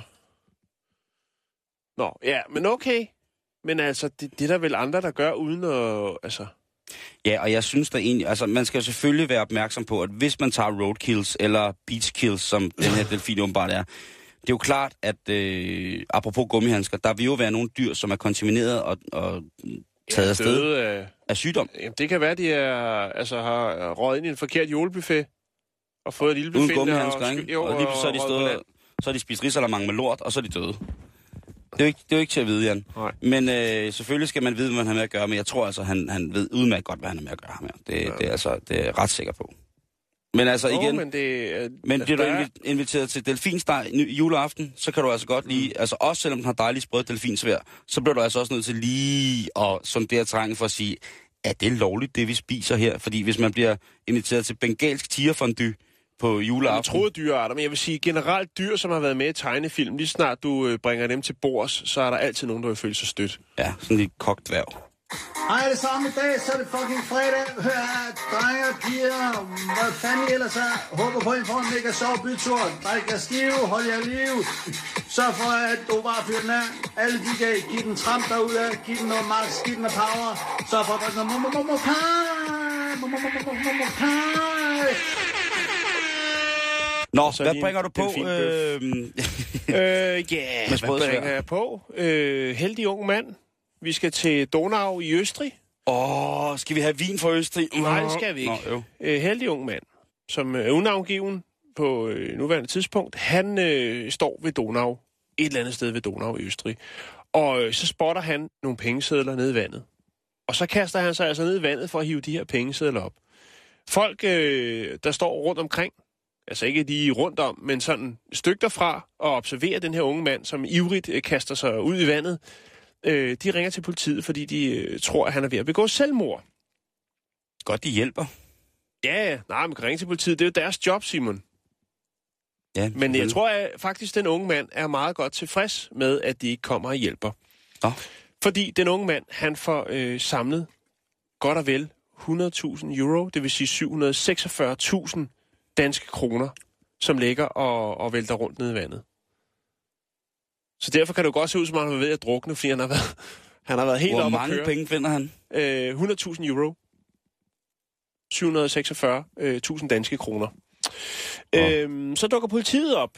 S5: Nå, ja, men okay. Men altså, det, det er der vel andre, der gør, uden at... Altså...
S6: Ja, og jeg synes da egentlig, altså man skal jo selvfølgelig være opmærksom på, at hvis man tager roadkills eller beachkills, som den her delfin åbenbart er, Det er jo klart, at øh, apropos gummihandsker, der vil jo være nogle dyr, som er kontamineret og, og taget
S5: Ja,
S6: afsted
S5: døde af...
S6: af sygdom.
S5: Jamen, det kan være, at de er, altså, har røget ind i en forkert julebuffet og fået et lille
S6: Uden
S5: befind.
S6: gummihandsker,
S5: og,
S6: ikke?
S5: jo,
S6: Og lige så er de stået, så har de spist risalamande med lort, og så er de døde. Det er jo ikke, det er jo ikke til at vide, Jan.
S5: Nej.
S6: Men øh, selvfølgelig skal man vide, hvad man har med at gøre, men jeg tror altså, han, han ved udmærket godt, hvad han har med at gøre ham her. Det, ja. det, er, altså, det er jeg ret sikker på. Men altså
S5: jo,
S6: igen,
S5: men, det, øh,
S6: men bliver
S5: der
S6: du
S5: er...
S6: inviteret til delfinsteg juleaften, så kan du altså godt lige, mm. altså også selvom den har dejligt sprødt delfinsvær, så bliver du altså også nødt til lige at sondere terrænet for at sige, er det lovligt, det vi spiser her? Fordi hvis man bliver inviteret til bengalsk tigerfondue på juleaften...
S5: Jeg troede dyrearter, men jeg vil sige generelt dyr, som har været med i tegnefilm, lige snart du øh, bringer dem til bords, så er der altid nogen, der vil føle sig stødt.
S6: Ja, sådan lidt kogt dværg.
S3: Hej, det samme dag, så er det fucking fredag. Hør her, drenge og piger, hvad fanden I ellers er. Håber på, at I får en mega sjov bytur. Drik jer stive, hold jer liv. Sørg for, at du bare fyrer den af. Alle de kan give den tramp derude, giv den noget max, giv den noget power. Sørg for at drikke noget momomomokai. Momomomokai.
S6: Nå,
S5: Så
S6: hvad
S5: lige
S6: bringer
S5: en
S6: du på?
S5: delfinbøf.
S6: Øh,
S5: Øh, ja,
S6: Med
S5: hvad
S6: sprød svær.
S5: bringer jeg på? Øh, heldig ung mand. Vi skal til Donau i Østrig.
S6: Åh, oh, skal vi have vin fra Østrig?
S5: Nej, det skal vi ikke.
S6: Nå, jo.
S5: Øh, heldig ung mand, som er unavngiven på øh, nuværende tidspunkt, han øh, står ved Donau, et eller andet sted ved Donau i Østrig. Og øh, så spotter han nogle pengesedler ned i vandet. Og så kaster han sig altså ned i vandet for at hive de her pengesedler op. Folk, øh, der står rundt omkring, altså ikke lige rundt om, men sådan et stykke derfra, og observerer den her unge mand, som ivrigt øh, kaster sig ud i vandet, øh, de ringer til politiet, fordi de øh, tror, at han er ved at begå selvmord.
S6: Godt, de hjælper.
S5: Ja, ja. Nej, man kan ringe til politiet. Det er jo deres job, Simon.
S6: Ja,
S5: Men jeg tror at faktisk, den unge mand er meget godt tilfreds med, at de ikke kommer og hjælper.
S6: Nå.
S5: Fordi den unge mand, han får øh, samlet godt og vel hundrede tusind euro, det vil sige syv hundrede og seksogfyrre tusind danske kroner, som ligger og, og vælter rundt ned i vandet. Så derfor kan det jo godt se ud, som om han er ved at drukne, fordi han har været, han har været helt
S6: Hvor
S5: oppe at
S6: mange
S5: køre.
S6: penge finder han?
S5: Øh, hundrede tusind euro. syv hundrede og seksogfyrre tusind danske kroner.
S6: Oh.
S5: Øhm, så dukker politiet op,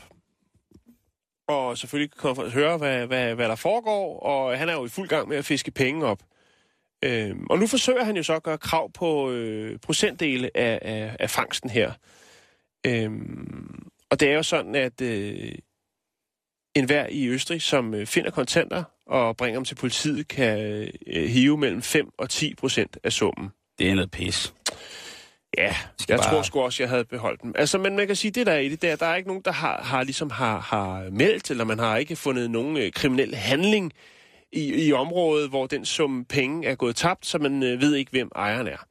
S5: og selvfølgelig kan man høre, hvad, hvad, hvad der foregår, og han er jo i fuld gang med at fiske penge op. Øhm, og nu forsøger han jo så at gøre krav på øh, procentdele af, af, af fangsten her. Øhm, og det er jo sådan, at øh, enhver i Østrig, som øh, finder kontanter og bringer dem til politiet, kan øh, hive mellem fem og ti procent af summen.
S6: Det er noget pis.
S5: Ja, jeg
S6: bare...
S5: tror sgu også, jeg havde beholdt dem. Altså, men man kan sige, det der er i det der, der er ikke nogen, der har, har, ligesom har, har meldt, eller man har ikke fundet nogen øh, kriminel handling i, i området, hvor den sum penge er gået tabt, så man øh, ved ikke, hvem ejeren er.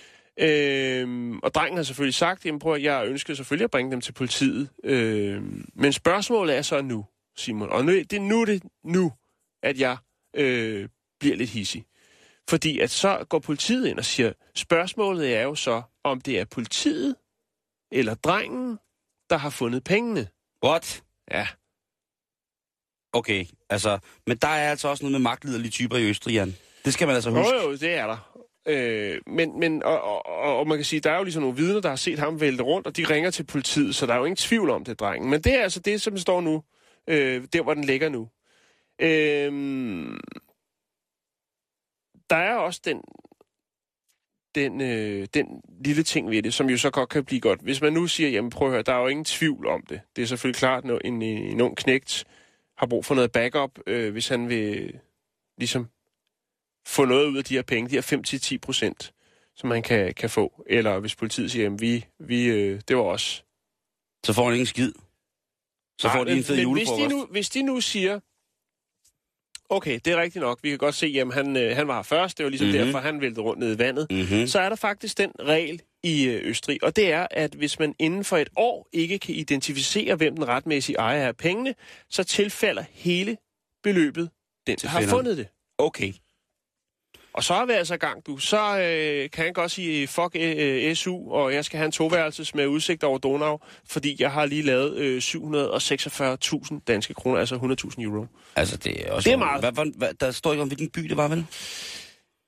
S5: Øhm, og drengen har selvfølgelig sagt, jamen prøv, jeg ønsker selvfølgelig at bringe dem til politiet. Øhm, men spørgsmålet er så nu, Simon, og nu, det er nu, det nu, at jeg øh, bliver lidt hissig. Fordi at så går politiet ind og siger, spørgsmålet er jo så, om det er politiet eller drengen, der har fundet pengene.
S6: What?
S5: Ja.
S6: Okay, altså, men der er altså også noget med magtliderlige typer i Østrig, Jan. Det skal man altså huske.
S5: Jo, jo, det er der. Øh, men, men og, og, og, og man kan sige, der er jo ligesom nogle vidner, der har set ham vælte rundt, og de ringer til politiet, så der er jo ingen tvivl om det, drengen. Men det er altså det, som står nu, øh, der hvor den ligger nu. Øh, der er også den, den, øh, den lille ting ved det, som jo så godt kan blive godt. Hvis man nu siger, jamen prøv at høre, der er jo ingen tvivl om det. Det er selvfølgelig klart, når en, en ung knægt har brug for noget backup, øh, hvis han vil ligesom få noget ud af de her penge, de her fem til ti procent, som man kan, kan få. Eller hvis politiet siger, jamen vi, vi øh, det var os.
S6: Så får han ingen skid. Så får
S5: Nej,
S6: de en fed
S5: men
S6: julefrokost.
S5: Hvis de, nu, hvis de nu siger, okay, det er rigtigt nok, vi kan godt se, jamen han, øh, han var her først, det var ligesom mm-hmm. derfor, han væltede rundt ned i vandet.
S6: Mm-hmm.
S5: Så er der faktisk den regel i øh, Østrig, og det er, at hvis man inden for et år ikke kan identificere, hvem den retmæssige ejer er af pengene, så tilfalder hele beløbet den, der har fundet det.
S6: Okay.
S5: Og så er vi altså i gang, du. Så øh, kan jeg godt sige, fuck øh, S U, og jeg skal have en toværelses med udsigt over Donau, fordi jeg har lige lavet øh, syv hundrede og seksogfyrre tusind danske kroner, altså hundrede tusind euro.
S6: Altså, det er også...
S5: Det er meget.
S6: Hvad, hvad, hvad, der står ikke om, hvilken by det var, vel?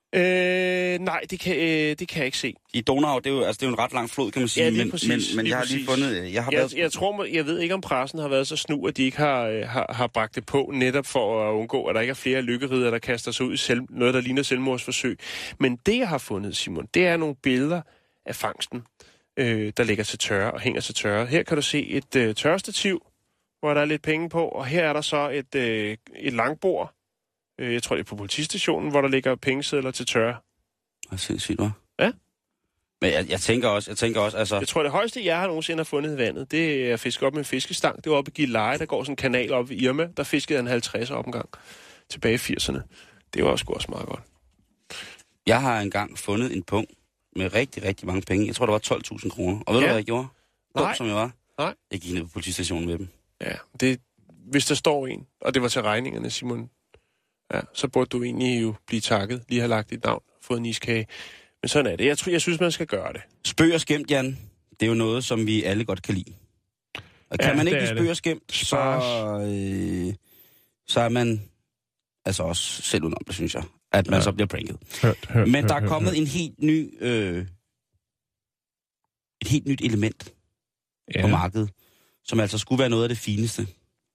S5: Øh, nej, det kan, øh, det kan jeg ikke se.
S6: I Donau, det er jo, altså, det er jo en ret lang flod, kan man sige.
S5: Ja, lige
S6: men,
S5: præcis,
S6: men, men
S5: lige
S6: jeg har lige
S5: præcis.
S6: fundet... Jeg, har
S5: Jeg,
S6: været...
S5: jeg tror, jeg ved ikke, om pressen har været så snu, at de ikke har, har, har bragt det på, netop for at undgå, at der ikke er flere lykkerider, der kaster sig ud i selv, noget, der ligner selvmordsforsøg. Men det, jeg har fundet, Simon, det er nogle billeder af fangsten, øh, der ligger til tørre og hænger til tørre. Her kan du se et øh, tørrestativ, hvor der er lidt penge på, og her er der så et, øh, et langbord. Øh, jeg tror, det er på politistationen, hvor der ligger pengesedler til tørre.
S6: Det er sindssygt, hva'?
S5: Ja.
S6: Men jeg, jeg tænker også, jeg tænker også, altså...
S5: Jeg tror, det højeste, jeg har nogensinde har fundet i vandet, det er at fiske op med en fiskestang. Det var oppe i Gilleleje, der går sådan en kanal op ved Irma. Der fiskede jeg en halvtreds omgang tilbage i firserne. Det var sgu også meget godt.
S6: Jeg har engang fundet en punkt med rigtig, rigtig mange penge. Jeg tror, det var tolv tusind kroner. Og ved
S5: Ja.
S6: du, hvad jeg gjorde? Dum,
S5: Nej.
S6: som jeg var.
S5: Nej.
S6: Jeg gik ned på politistationen med dem.
S5: Ja, det, hvis der står en, og det var til regningerne, Simon, ja, så burde du egentlig jo blive takket, lige have lagt dit navn, fået en iskage. Men sådan er det. Jeg tror, jeg synes, man skal gøre det.
S6: Spøg og skæmt, Jan, det er jo noget, som vi alle godt kan lide. Og kan
S5: Ja,
S6: man ikke
S5: det
S6: lide
S5: er
S6: spøg
S5: det.
S6: og skæmt, så,
S5: Spars.
S6: øh, så er man altså også selv udenom det, synes jeg, at man
S5: Ja.
S6: så bliver pranket.
S5: Hørt, hørt,
S6: Men der er kommet en helt ny, øh, et helt nyt element
S5: ja.
S6: på markedet, som altså skulle være noget af det fineste.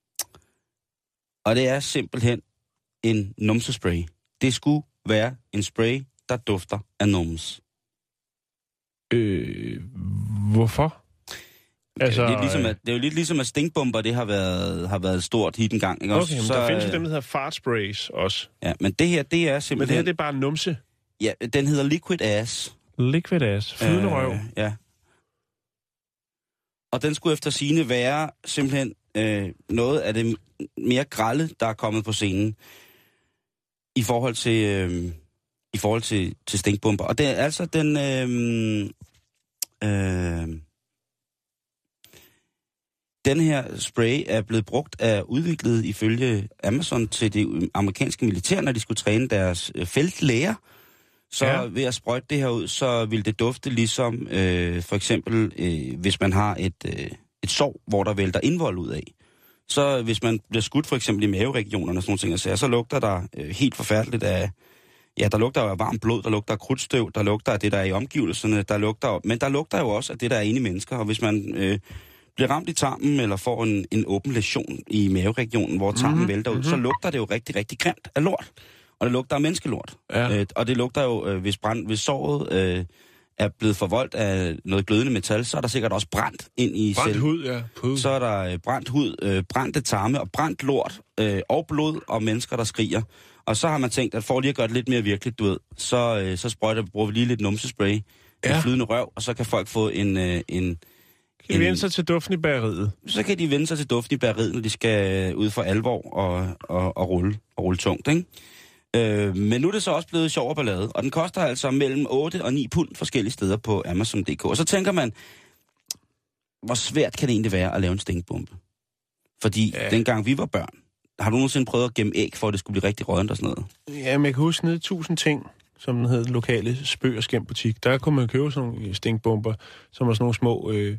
S6: Og det er simpelthen en numsespray. Det skulle være en spray, der dufter af nums.
S5: Øh, hvorfor?
S6: Altså, det, er lidt ligesom, at, det er jo lidt ligesom, at stinkbomber, det har været, har været et stort hit engang. Ikke?
S5: Okay,
S6: Også,
S5: men
S6: så,
S5: der findes jo dem, der hedder fartsprays også.
S6: Ja, men det her, det er
S5: Men
S6: simpelthen...
S5: det her, det er bare numse.
S6: Ja, den hedder Liquid Ass.
S5: Liquid ass. Flydende røv.
S6: Øh, ja. Og den skulle efter sigende være simpelthen øh, noget af det mere grelle, der er kommet på scenen i forhold til, øh, i forhold til, til stinkbomber. Og det er altså den... Øh, øh, den her spray er blevet brugt af udviklet ifølge Amazon til det amerikanske militær, når de skulle træne deres øh, feltlæger. Så ja. Ved at sprøjte det her ud, så vil det dufte ligesom øh, for eksempel, øh, hvis man har et, øh, et sår, hvor der vælter indvold ud af. Så hvis man bliver skudt for eksempel i maveregionerne og sådan nogle ting, så lugter der øh, helt forfærdeligt af, ja, der lugter jo af varmt blod, der lugter af krudtstøv, der lugter af det, der er i omgivelserne, der lugter, men der lugter jo også af det, der er inde i mennesker. Og hvis man øh, bliver ramt i tarmen eller får en, en åben læsion i maveregionen, hvor tarmen mm-hmm. vælter ud, mm-hmm. så lugter det jo rigtig, rigtig grimt af lort. Og det lugter af menneskelort. Ja. Øh, og det lugter jo, øh, hvis, brand, hvis såret øh, er blevet forvoldt af noget glødende metal, så er der sikkert også brændt ind i
S5: brændt
S6: selv.
S5: hud, ja. Puh.
S6: Så er der øh, brændt hud, øh, brændte tarme og brændt lort øh, og blod og mennesker, der skriger. Og så har man tænkt, at for lige at gøre det lidt mere virkeligt, du ved, så, øh, så sprøjter, bruger vi lige lidt numsespray ja. i flydende røv, og så kan folk få en... Øh, en
S5: Kan de vende sig til duften i bageriet?
S6: Så kan de vende sig til duften i bageriet, når de skal ud for alvor og, og, og, rulle, og rulle tungt, ikke? Øh, men nu er det så også blevet sjov og ballade, og den koster altså mellem otte og ni pund forskellige steder på Amazon punktum d k. Og så tænker man, hvor svært kan det egentlig være at lave en stinkbombe? Fordi ja. dengang vi var børn, har du nogensinde prøvet at gemme æg, for at det skulle blive rigtig rådent og sådan noget?
S5: Ja, men jeg kan huske nede i tusind ting, som den hed, lokale spøg- og skæmbutik. Der kunne man købe sådan nogle stinkbomber, som var sådan nogle små... Øh,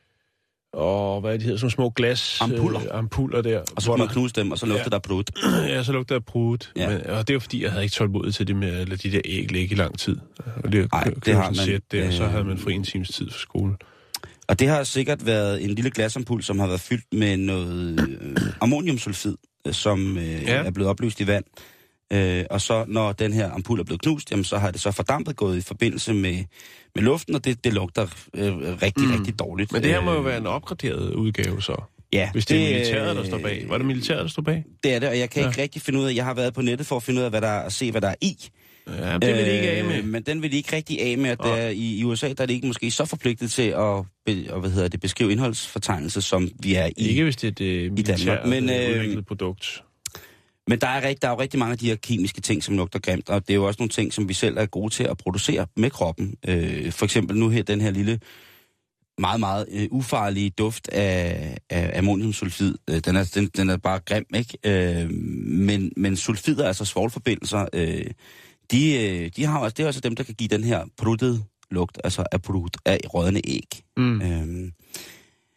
S5: og hvad de hedder, sådan små glas...
S6: Ampuller.
S5: Øh, ampuller der.
S6: Og så kunne man knuse dem, og så lugter ja. der brud.
S5: Ja, så lugter der brud. Ja. Men, og det var fordi, jeg havde ikke tålmodighed til det med at lade de der æg ligge i lang tid. Og det,
S6: Ej,
S5: kø-
S6: det har man.
S5: Sæt der,
S6: øh...
S5: så havde man fri en times tid for skole.
S6: Og det har sikkert været en lille glasampul, som har været fyldt med noget øh, ammoniumsulfid, øh, som øh, ja. er blevet opløst i vand. Øh, og så når den her ampul er blevet knust, jamen, så har det så fordampet gået i forbindelse med, med luften, og det, det lugter øh, rigtig, mm. rigtig dårligt.
S5: Men det her må jo være en opgraderet udgave så.
S6: Ja.
S5: Hvis det, det er militæret, der står bag. Var det militæret, der står bag?
S6: Det er det, og jeg kan ja. ikke rigtig finde ud af, jeg har været på nettet for at finde ud af, hvad der er, at se, hvad der er i.
S5: Ja, det vil de ikke af med.
S6: Øh, men den vil de ikke rigtig af med, at der, i, i U S A der er det ikke måske så forpligtet til at, be, og, hvad hedder det, beskrive indholdsfortegnelse, som vi er i.
S5: Ikke hvis det er det militæret
S6: men, øh,
S5: udviklet produkt.
S6: Men der er, rigt, der er jo rigtig mange af de her kemiske ting, som lugter grimt, og det er jo også nogle ting, som vi selv er gode til at producere med kroppen. Øh, for eksempel nu her, den her lille, meget, meget øh, ufarlige duft af, af ammoniumsulfid. Øh, den, er, den, den er bare grim, ikke? Øh, men, men sulfider, altså svovlforbindelser, øh, de, de har også, det er også dem, der kan give den her pruttet lugt, altså af prut, af rådne æg. Mm. Øh,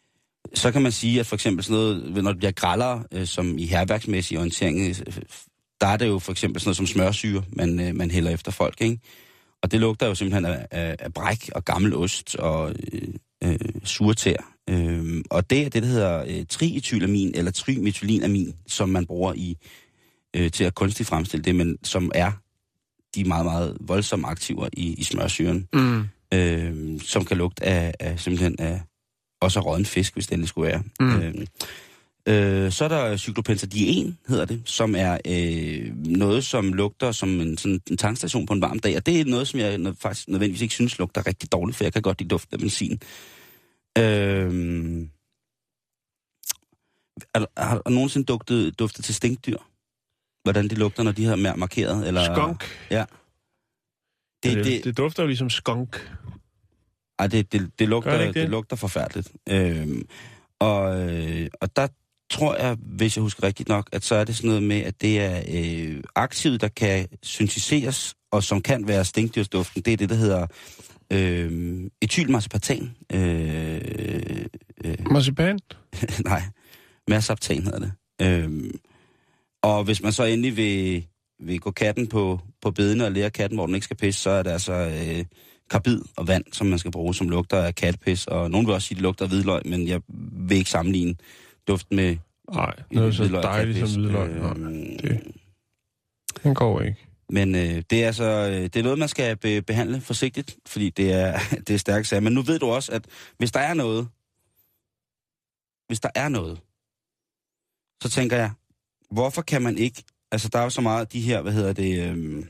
S6: Så kan man sige, at for eksempel sådan noget, når det bliver grallere, øh, som i herværksmæssig orientering, øh, der er det jo for eksempel sådan noget som smørsyre, man, øh, man hælder efter folk, ikke? Og det lugter jo simpelthen af, af, af bræk og gammel ost og øh, øh, surtær. Øh, og det er det, der hedder øh, triethylamin eller trimethylinamin, som man bruger i øh, til at kunstigt fremstille det, men som er de meget, meget voldsomme aktiver i, i smørsyren, mm. øh, som kan lugte af, af simpelthen af også af rådden fisk, hvis det skulle være. Mm. Øh, øh, så er der cyklopentadien, hedder det, som er øh, noget, som lugter som en, sådan en tankstation på en varm dag, og det er noget, som jeg nød, faktisk nødvendigvis ikke synes lugter rigtig dårligt, for jeg kan godt lide duften af benzin. Øh, har, har, har nogensinde duftet, duftet til stinkdyr? Hvordan de lugter, når de har markeret? Eller,
S5: skunk.
S6: Ja.
S5: Det, det, det, det dufter jo ligesom skunk.
S6: Ej, det, det, det, lugter,
S5: det,
S6: det?
S5: det
S6: lugter forfærdeligt. Øhm, og, øh, og der tror jeg, hvis jeg husker rigtigt nok, at så er det sådan noget med, at det er øh, aktivet, der kan synthetiseres, og som kan være stinkdyrsduften. Det er det, der hedder øh, etylmarcipan. Øh, øh,
S5: Marcipan?
S6: nej, mersaptan hedder det. Øh, og hvis man så endelig vil, vil gå katten på, på bedene og lære katten, hvor den ikke skal pisse, så er det altså øh, karbid og vand, som man skal bruge, som lugter af kattepis. Og nogen vil også sige, at det lugter af hvidløg, men jeg vil ikke sammenligne duften med
S5: nej, noget så dejligt som hvidløg. Øh, nej, det, den går ikke.
S6: Men øh, det er altså det er noget, man skal be, behandle forsigtigt, fordi det er, det er stærkt sager. Men nu ved du også, at hvis der er noget, hvis der er noget, så tænker jeg, hvorfor kan man ikke, altså der er jo så meget af de her, hvad hedder det, øhm,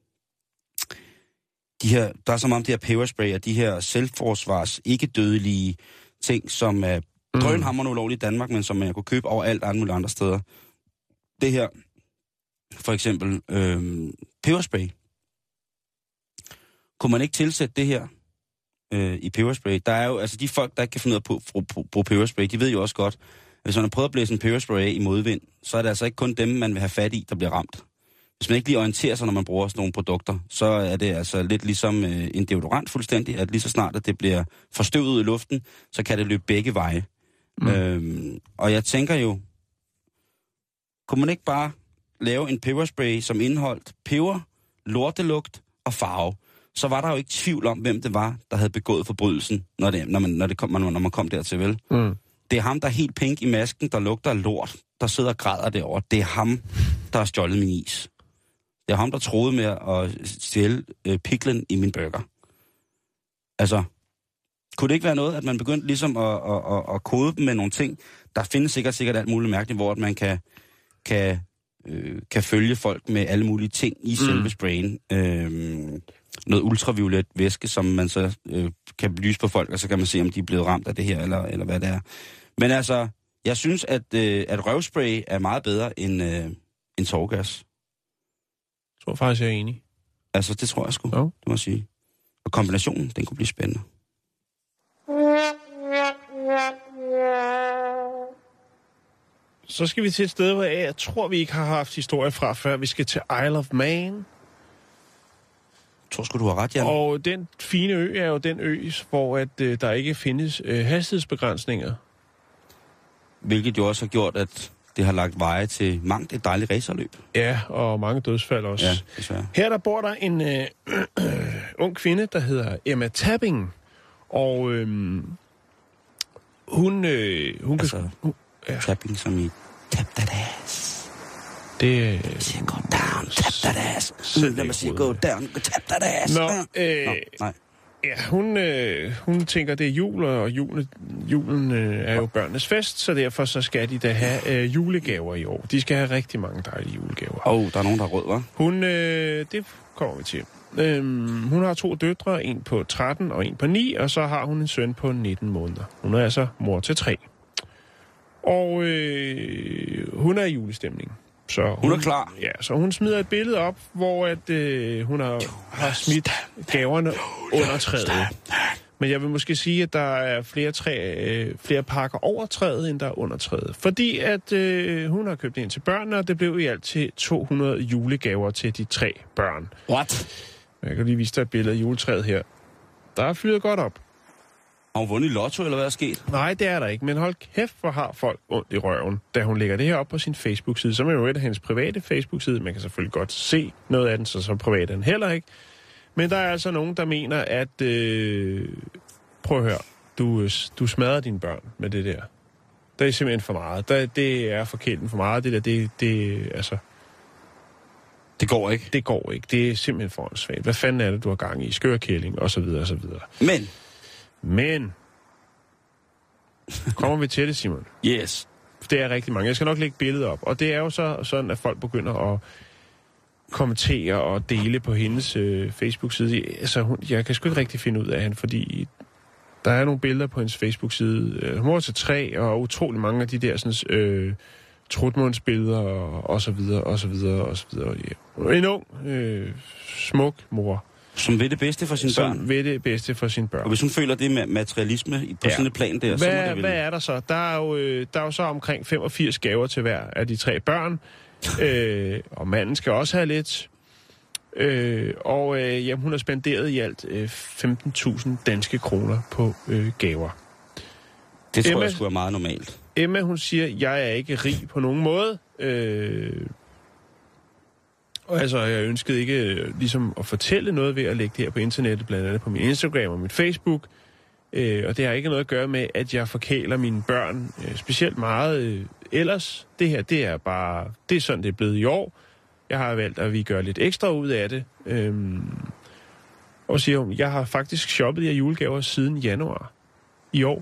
S6: de her, der er så meget af de her peberspray og de her selvforsvars, ikke dødelige ting, som er mm. drønhamrende ulovlige i Danmark, men som man kunne købe overalt andre andre steder. Det her, for eksempel, øhm, peberspray. Kunne man ikke tilsætte det her øh, i peberspray? Der er jo, altså de folk, der ikke kan finde ud af at bruge, bruge peberspray, de ved jo også godt, hvis man har prøvet at blæse en peberspray af i modvind, så er det altså ikke kun dem, man vil have fat i, der bliver ramt. Hvis man ikke lige orienterer sig, når man bruger sådan nogle produkter, så er det altså lidt ligesom øh, en deodorant fuldstændig, at lige så snart, at det bliver forstøvet ud i luften, så kan det løbe begge veje. Mm. Øhm, og jeg tænker jo, kunne man ikke bare lave en peberspray, som indeholdt peber, lortelugt og farve, så var der jo ikke tvivl om, hvem det var, der havde begået forbrydelsen, når, det, når, man, når, det kom, når man kom dertil, vel? Mm. Det er ham, der er helt pink i masken, der lugter af lort, der sidder og græder derovre. Det er ham, der har stjålet min is. Det er ham, der troede med at stjæle øh, piklen i min burger. Altså, kunne det ikke være noget, at man begyndte ligesom at, at, at, at kode dem med nogle ting? Der findes sikkert sikkert alt muligt mærkeligt, hvor man kan, kan, øh, kan følge folk med alle mulige ting i mm. selve sprayen. Øh, noget ultraviolet væske, som man så øh, kan lyse på folk, og så kan man se, om de er blevet ramt af det her, eller, eller hvad det er. Men altså, jeg synes, at, øh, at røvspray er meget bedre end, øh, end tårgas.
S5: Jeg tror faktisk, jeg er enig.
S6: Altså, det tror jeg sgu,
S5: ja.
S6: Det må jeg sige. Og kombinationen, den kunne blive spændende.
S5: Så skal vi til et sted, hvor jeg tror, vi ikke har haft historie fra før. Vi skal til Isle of Man.
S6: Jeg tror sgu, du har ret, Jan.
S5: Og den fine ø er jo den ø, hvor at, øh, der ikke findes øh, hastighedsbegrænsninger. Hvilket
S6: jo også har gjort, at det har lagt veje til mangt et dejligt racerløb.
S5: Ja, og mange dødsfald også.
S6: Ja, desværre.
S5: Her der bor der en øh, øh, ung kvinde, der hedder Emma Tapping. Og øh, hun... Øh, hun
S6: altså,
S5: kan, hun,
S6: ja. Tapping som i tap that ass.
S5: Det...
S6: Man siger, go down, tap that ass. Lad mig sige, go down, tap that ass.
S5: Nå, øh,
S6: Nå nej.
S5: Ja, hun, øh, hun tænker, det er jul, og julen, julen øh, er jo børnenes fest, så derfor så skal de da have øh, julegaver i år. De skal have rigtig mange dejlige julegaver.
S6: Åh, oh, der er nogen, der er rød, hva'?
S5: Hun, øh, det kommer vi til. Øhm, hun har to døtre, en på tretten og en på ni, og så har hun en søn på nitten måneder. Hun er altså mor til tre. Og øh, hun er i julestemning. Så hun,
S6: hun er klar.
S5: Ja, så hun smider et billede op, hvor at, øh, hun har, har smidt gaverne under træet. Men jeg vil måske sige, at der er flere, træ, øh, flere pakker over træet, end der er under træet. Fordi at øh, hun har købt ind til børnene, og det blev i alt til to hundrede julegaver til de tre børn.
S6: What?
S5: Jeg kan lige vise dig et billede af juletræet her. Der er fyret godt op.
S6: Har hun vundet i lotto, eller hvad er sket?
S5: Nej, det er der ikke, men hold kæft, hvor har folk ondt i røven, da hun lægger det her op på sin Facebook-side, som er jo et af hendes private Facebook-side. Man kan selvfølgelig godt se noget af den, så så privat er den heller ikke. Men der er altså nogen, der mener, at... Øh, prøv at høre, du, du smadrer dine børn med det der. Det er simpelthen for meget. Der, det er forkert for meget. Det der, det, det, altså...
S6: Det går ikke.
S5: Det går ikke. Det er simpelthen for åndssvagt. Hvad fanden er det, du har gang i? Skørkælling, og så videre, og så videre.
S6: Men...
S5: Men... Kommer vi til det, Simon?
S6: Yes.
S5: Det er rigtig mange. Jeg skal nok lægge billedet op. Og det er jo så sådan, at folk begynder at kommentere og dele på hendes øh, Facebook-side. Altså, hun, jeg kan sgu ikke rigtig finde ud af hende, fordi der er nogle billeder på hendes Facebook-side. Hun var til tre, og utrolig mange af de der sådan, øh, trutmundsbilleder, og, og så videre, og så videre, og så videre. Ja. En ung, øh, smuk mor.
S6: Som ved det bedste for sine
S5: Som
S6: børn.
S5: ved det bedste for sine børn.
S6: Og hvis hun føler det med materialisme på
S5: ja.
S6: sådan et plan der,
S5: hvad,
S6: så må det vel...
S5: Hvad er der så? Der er jo, øh, der er jo så omkring femogfirs gaver til hver af de tre børn. øh, og manden skal også have lidt. Øh, og øh, jamen, hun har spenderet i alt øh, femten tusind danske kroner på øh, gaver.
S6: Det tror
S5: Emma,
S6: jeg skulle være meget normalt.
S5: Emma, hun siger, jeg er ikke rig på nogen måde. Øh, og altså, jeg ønskede ikke øh, ligesom at fortælle noget ved at lægge det her på internettet, blandt andet på min Instagram og min Facebook. Øh, og det har ikke noget at gøre med, at jeg forkæler mine børn øh, specielt meget øh, ellers. Det her, det er bare, det er sådan, det er blevet i år. Jeg har valgt, at vi gør lidt ekstra ud af det. Øhm, og siger hun, jeg har faktisk shoppet de her julegaver siden januar i år.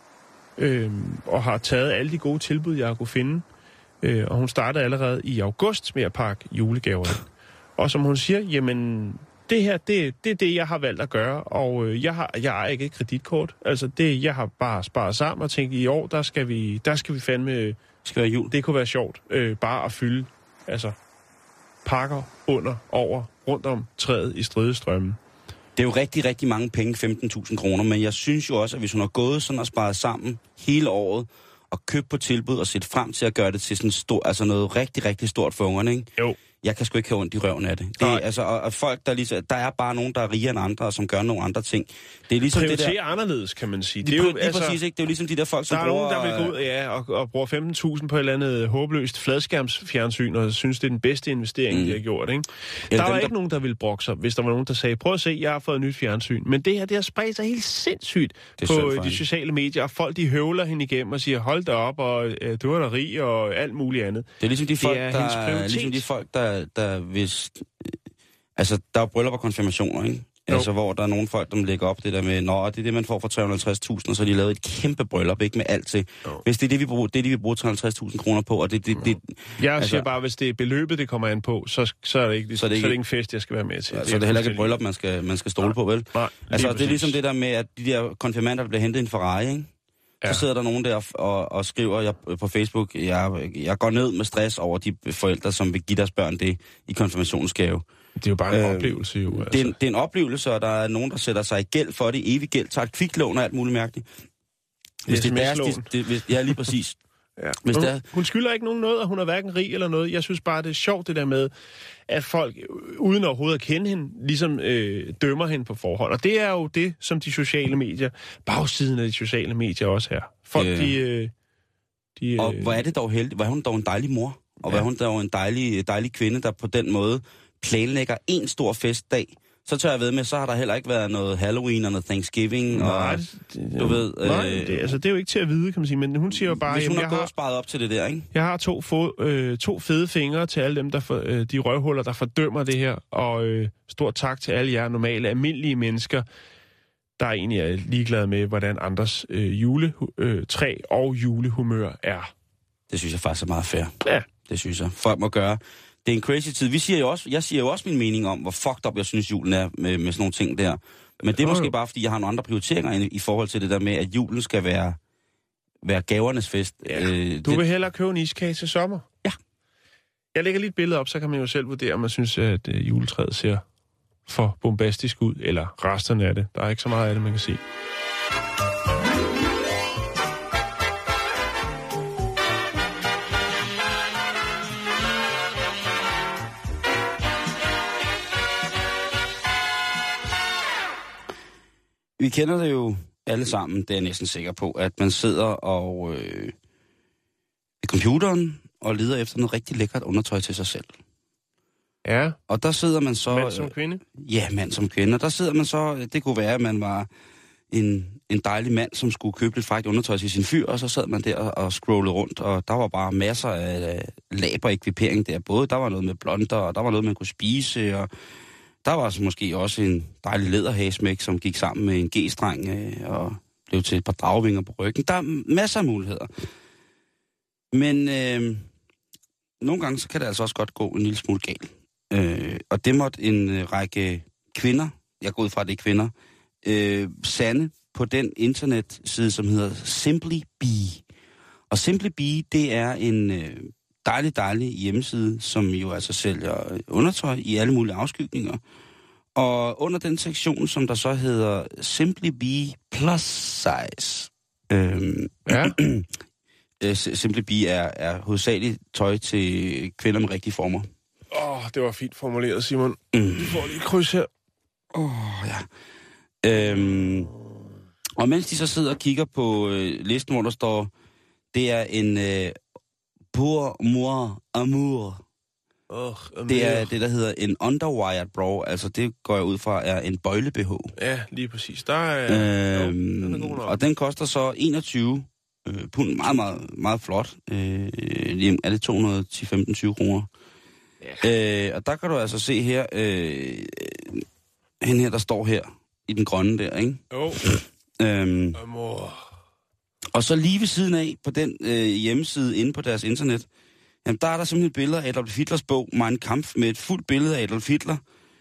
S5: Øhm, og har taget alle de gode tilbud, jeg har kunne finde. Øh, og hun startede allerede i august med at pakke julegaver ind. Og som hun siger, jamen, det her, det, det er det, jeg har valgt at gøre. Og øh, jeg har jeg har ikke et kreditkort. Altså, det, jeg har bare sparet sammen og tænkt, i år, der skal vi, der skal vi fandme...
S6: Skal være jul.
S5: Det kunne være sjovt, øh, bare at fylde, altså... pakker under, over, rundt om træet i Stridestrømmen.
S6: Det er jo rigtig, rigtig mange penge, femten tusind kroner, men jeg synes jo også, at hvis hun har gået sådan og sparet sammen hele året, og købt på tilbud og set frem til at gøre det til sådan stor, altså noget rigtig, rigtig stort for ungerne, ikke?
S5: Jo.
S6: Jeg kan sgu ikke have ondt i røven af det. Det er, altså, og, og folk, der ligesom, der er bare nogen, der er rigere end andre, og som gør nogle andre ting. Det er ligesom det der...
S5: anderledes, kan man sige.
S6: Det,
S5: det er jo,
S6: lige
S5: altså,
S6: præcis, ikke? Det er jo ligesom de der folk, som
S5: der er
S6: bruger...
S5: nogen, der vil gå ud ja, og, og bruger femten tusind på et eller andet håbløst fladskærmsfjernsyn, og synes, det er den bedste investering, mm. de har gjort, ikke? Der var dem, ikke der... nogen, der ville brokke sig, hvis der var nogen, der sagde, prøv at se, jeg har fået et nyt fjernsyn. Men det her, det har spredt sig helt sindssygt på de sociale medier, og folk, de høvler hende igennem og siger, hold da op, og øh, du er der rig, og alt muligt andet.
S6: Det er ligesom de folk,
S5: er
S6: der, ligesom de folk, der, der hvis... Altså, der er bryllup og konfirmationer, ikke? Jo. Altså, hvor der er nogle folk, der lægger op det der med, nå, det er det, man får for tre hundrede og halvtreds tusind, og så har de lavet et kæmpe bryllup, ikke med alt til. Jo. Hvis det er det, vi bruger, det er det, vi bruger tre hundrede og halvtreds tusind kroner på, og det... det, det
S5: jeg
S6: altså,
S5: siger bare, hvis det er beløbet, det kommer an på, så, så, er, det ikke, så, er det ikke, så er det ikke en fest, jeg skal være med til.
S6: Ja, så er det heller ikke et bryllup, man skal, man skal stole
S5: nej,
S6: på, vel?
S5: Nej,
S6: altså, det er
S5: præcis.
S6: ligesom det der med, at de der konfirmander, der bliver hentet i en Ferrari, ikke? Ja. Så sidder der nogen der og, og skriver jeg, på Facebook, jeg, jeg går ned med stress over de forældre, som vil give deres børn det i konfirmationsgave.
S5: Det er jo bare en
S6: øh,
S5: oplevelse, jo. Altså.
S6: Det, er en, det er en oplevelse, og der er nogen, der sætter sig i gæld for det, evig gæld, tager et kviklån og alt muligt mærkeligt. Hvis det er deres, de, det, hvis, ja, lige præcis.
S5: Ja.
S6: Hvis
S5: hun,
S6: der...
S5: hun skylder ikke nogen noget, og hun er hverken rig eller noget. Jeg synes bare, det er sjovt det der med, at folk, uden overhovedet at kende hende, ligesom øh, dømmer hende på forhånd. Og det er jo det, som de sociale medier, bagsiden af de sociale medier også her. Folk, øh... de... Øh, de
S6: og hvor er det dog heldigt, hvor er hun dog en dejlig mor, og ja. Hvor er hun dog en dejlig, dejlig kvinde, der på den måde planlægger en stor festdag. Så tør jeg ved med, så har der heller ikke været noget Halloween og noget Thanksgiving.
S5: Nej,
S6: og,
S5: det,
S6: du ved,
S5: nej
S6: øh,
S5: det, altså, det er jo ikke til at vide, kan man sige, men hun siger jo bare...
S6: Hvis hun
S5: jamen,
S6: har gået
S5: har,
S6: og sparet op til det der, ikke?
S5: Jeg har to, fo, øh, to fede fingre til alle dem, der for, øh, de røvhuller, der fordømmer det her, og øh, stort tak til alle jer normale, almindelige mennesker, der egentlig er ligeglade med, hvordan andres øh, juletræ øh, og julehumør er.
S6: Det synes jeg faktisk er meget fair.
S5: Ja.
S6: Det synes jeg. Folk må gøre. Det er en crazy tid. Vi siger jo også, jeg siger jo også min mening om, hvor fucked up jeg synes, julen er med, med sådan nogle ting der. Men det er måske bare, fordi jeg har nogle andre prioriteringer i, i forhold til det der med, at julen skal være, være gavernes fest.
S5: Ja.
S6: Øh,
S5: du
S6: det...
S5: vil hellere købe en iskage til sommer?
S6: Ja.
S5: Jeg lægger lige et billede op, så kan man jo selv vurdere, om man synes, at øh, juletræet ser for bombastisk ud, eller resterne af det. Der er ikke så meget af det, man kan se.
S6: Vi kender det jo alle sammen, det er jeg næsten sikker på, at man sidder og øh, ved computeren og leder efter noget rigtig lækkert undertøj til sig selv.
S5: Ja.
S6: Og der sidder man så...
S5: Mand som kvinde?
S6: Øh, ja, mand som kvinde. Og der sidder man så... Det kunne være, at man var en, en dejlig mand, som skulle købe lidt frækt undertøj til sin fyr, og så sad man der og, og scrollede rundt, og der var bare masser af laber ekvipering der. Både der var noget med blonder, og der var noget, man kunne spise, og der var altså måske også en dejlig læderhagesmæk, som gik sammen med en G-streng øh, og blev til et par dragvinger på ryggen. Der er masser af muligheder. Men øh, nogle gange så kan det altså også godt gå en lille smule galt. Øh, og det måtte en øh, række kvinder, jeg går ud fra, det er kvinder, øh, sande på den internetside, som hedder Simply Be. Og Simply Be, det er en øh, dejlig, dejlig hjemmeside, som jo altså sælger undertøj i alle mulige afskygninger. Og under den sektion, som der så hedder Simply Be Plus Size. Øh,
S5: Ja.
S6: Simply Be er, er hovedsageligt tøj til kvinder med rigtige former.
S5: Åh, oh, det var fint formuleret, Simon.
S6: Mm.
S5: Du får lige et kryds her.
S6: Åh, oh, ja. Øhm, og mens de så sidder og kigger på øh, listen, hvor der står, det er en øh, pour moi amour.
S5: Oh,
S6: Det er det, der hedder en underwired bra. Altså, det går jeg ud fra, er en bøjle-B H.
S5: Ja, lige præcis. Der er...
S6: Øhm,
S5: jo, den er god nok.
S6: og den koster så enogtyve øh, pund. Meget, meget, meget flot. Øh, lige- er det to hundrede og ti til femten tyve kroner? Ja. Øh, og der kan du altså se her, øh, hende her, der står her i den grønne der, ikke?
S5: Jo,
S6: Øhm,
S5: amor.
S6: og så lige ved siden af, på den øh, hjemmeside inde på deres internet, jamen der er der simpelthen billeder af Adolf Hitlers bog, Mein Kampf, med et fuldt billede af Adolf Hitler,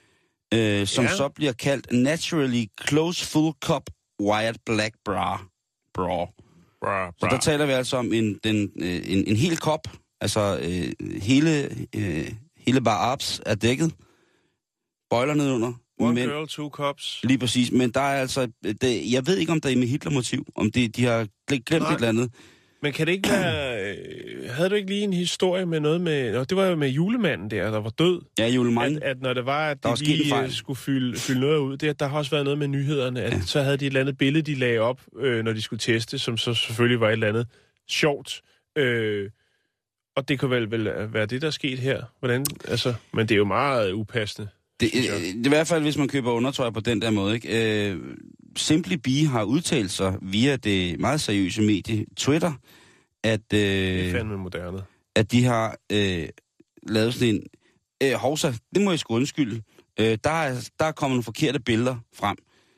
S6: øh, som
S5: Ja.
S6: så bliver kaldt Naturally Close Full Cup Wired Black Bra. Bra.
S5: Bra,
S6: Så
S5: bra.
S6: der taler vi altså om en, den, øh, en, en hel kop, altså øh, hele, øh, hele bar abs er dækket, bøjler nedenunder.
S5: One
S6: men,
S5: girl, two cups.
S6: lige præcis, men der er altså, det, jeg ved ikke om der er med Hitler-motiv, om det, de har glemt
S5: Nej.
S6: et eller andet.
S5: Men kan det ikke være... Øh, havde du ikke lige en historie med noget med... Nå, det var jo med julemanden der, der var død.
S6: Ja, julemanden.
S5: At, at når det var, at
S6: Der var
S5: de
S6: sket en
S5: lige
S6: fejl.
S5: øh, skulle fylde, fylde noget ud, det, der har også været noget med nyhederne, at
S6: Ja.
S5: ja. så havde de et eller andet billede, de lagde op, øh, når de skulle teste, som så selvfølgelig var et eller andet sjovt. Øh, og det kunne vel, vel være det, der er sket her. Hvordan, altså, men det er jo meget upassende.
S6: Det,
S5: synes jeg.
S6: øh, det er i hvert fald, hvis man køber undertøj på den der måde, ikke? Øh, Simply Be har udtalt sig via det meget seriøse medie Twitter, at, øh,
S5: Det er fandme moderne.
S6: at de har øh, lavet sådan en... Øh, hovsa, det må jeg sgu undskylde. Øh, der, er, der er kommet nogle forkerte billeder frem.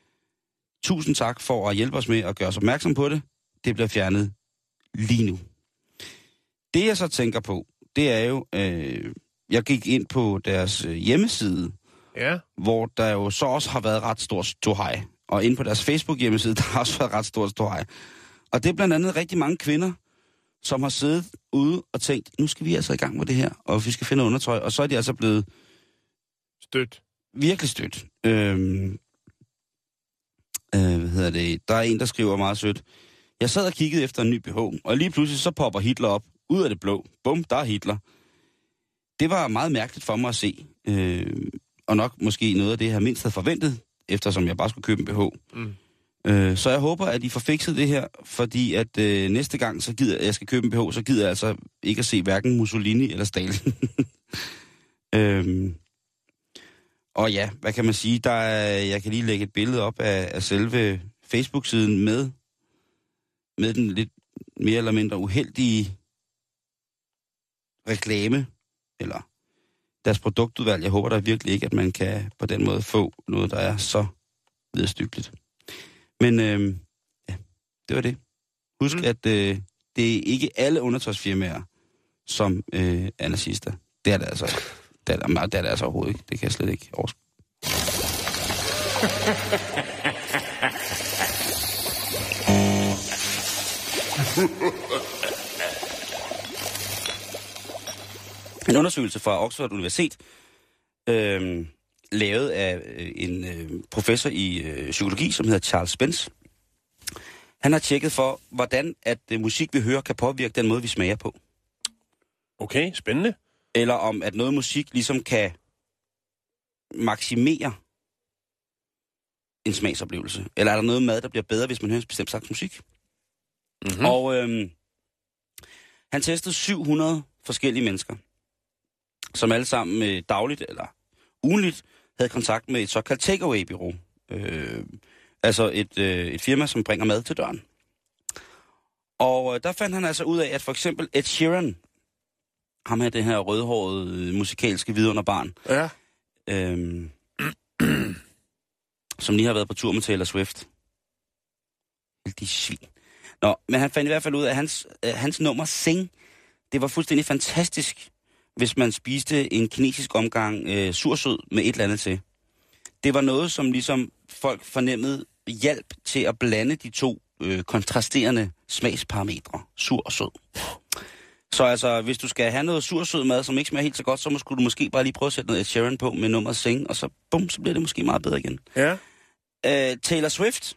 S6: Tusind tak for at hjælpe os med at gøre os opmærksom på det. Det bliver fjernet lige nu. Det jeg så tænker på, det er jo... Øh, jeg gik ind på deres øh, hjemmeside,
S5: Ja,
S6: hvor der jo så også har været ret stor ståhej. Og inde på deres Facebook-hjemmeside, der har også været ret stor ståhej. Og det er blandt andet rigtig mange kvinder, som har siddet ude og tænkt, nu skal vi altså i gang med det her, og vi skal finde undertøj. Og så er de altså blevet
S5: stødt.
S6: virkelig stødt. Øhm, øh, hvad hedder det? Der er en, der skriver meget sødt. Jeg sad og kiggede efter en ny B H, og lige pludselig så popper Hitler op, ud af det blå. Bum, der er Hitler. Det var meget mærkeligt for mig at se. Øh, og nok måske noget af det, jeg mindst havde forventet, eftersom jeg bare skulle købe en B H.
S5: Mm.
S6: Øh, så jeg håber, at I får fikset det her, fordi at øh, næste gang, så gider jeg skal købe en B H, så gider jeg altså ikke at se hverken Mussolini eller Stalin. øhm, og ja, hvad kan man sige? Der er, jeg kan lige lægge et billede op af, af selve Facebook-siden med, med den lidt mere eller mindre uheldige reklame, eller deres produktudvalg. Jeg håber da virkelig ikke, at man kan på den måde få noget, der er så vedstykkeligt. Men øh, ja, det var det. Husk, mm. at øh, det er ikke alle undertøjsfirmaer, som øh, er nazister. Det er det altså. Det er det, det er det altså overhovedet ikke. Det kan jeg slet ikke overskue. En undersøgelse fra Oxford Universitet, øh, lavet af øh, en øh, professor i øh, psykologi, som hedder Charles Spence. Han har tjekket for, hvordan at øh, musik, vi hører, kan påvirke den måde, vi smager på.
S5: Okay, spændende.
S6: Eller om, at noget musik ligesom kan maksimere en smagsoplevelse? Eller er der noget mad, der bliver bedre, hvis man hører en bestemt slags musik? Mm-hmm. Og øhm, han testede syv hundrede forskellige mennesker, som alle sammen øh, dagligt eller ugenligt havde kontakt med et såkaldt takeaway-bureau. Øh, altså et, øh, et firma, som bringer mad til døren. Og øh, der fandt han altså ud af, at for eksempel Ed Sheeran, ham her det her rødhårede musikalske vidunderbarn,
S5: ja.
S6: øhm, som lige har været på tur med Taylor Swift. Heldig svin. Nå, men han fandt i hvert fald ud af, at hans, øh, hans nummer Sing, det var fuldstændig fantastisk, hvis man spiste en kinesisk omgang øh, sursød med et eller andet til. Det var noget, som ligesom folk fornemmede hjælp til at blande de to øh, kontrasterende smagsparametre, sur og sød. Så altså, hvis du skal have noget sursød mad, som ikke smager helt så godt, så skulle du måske bare lige prøve at sætte noget Ed Sheeran på med nummeret Sing, og så bum, så bliver det måske meget bedre igen.
S5: Ja.
S6: Øh, Taylor Swift,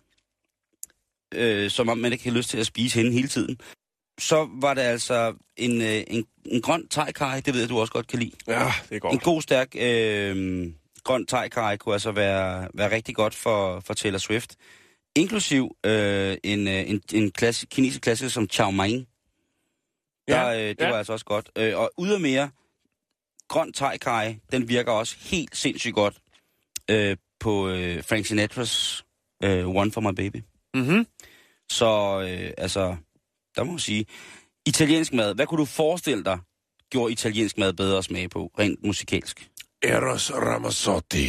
S6: øh, som om man ikke har lyst til at spise hende hele tiden, så var det altså en, øh, en, en grøn thai-curry, det ved jeg, du også godt kan lide.
S5: Ja, det er godt.
S6: En god, stærk øh, grøn thai-curry kunne altså være, være rigtig godt for, for Taylor Swift. Inklusiv øh, en, en, en klasse, kinesisk klassiker som chow mein. Der, ja, øh, det ja. var altså også godt. Øh, og ydermere, grøn thai-curry, den virker også helt sindssygt godt øh, på øh, Frank Sinatras øh, One for My Baby.
S5: Mhm.
S6: Så øh, altså, der må man sige, italiensk mad, hvad kunne du forestille dig, gjorde italiensk mad bedre at smage på, rent musikalsk?
S5: Eros Ramazzotti.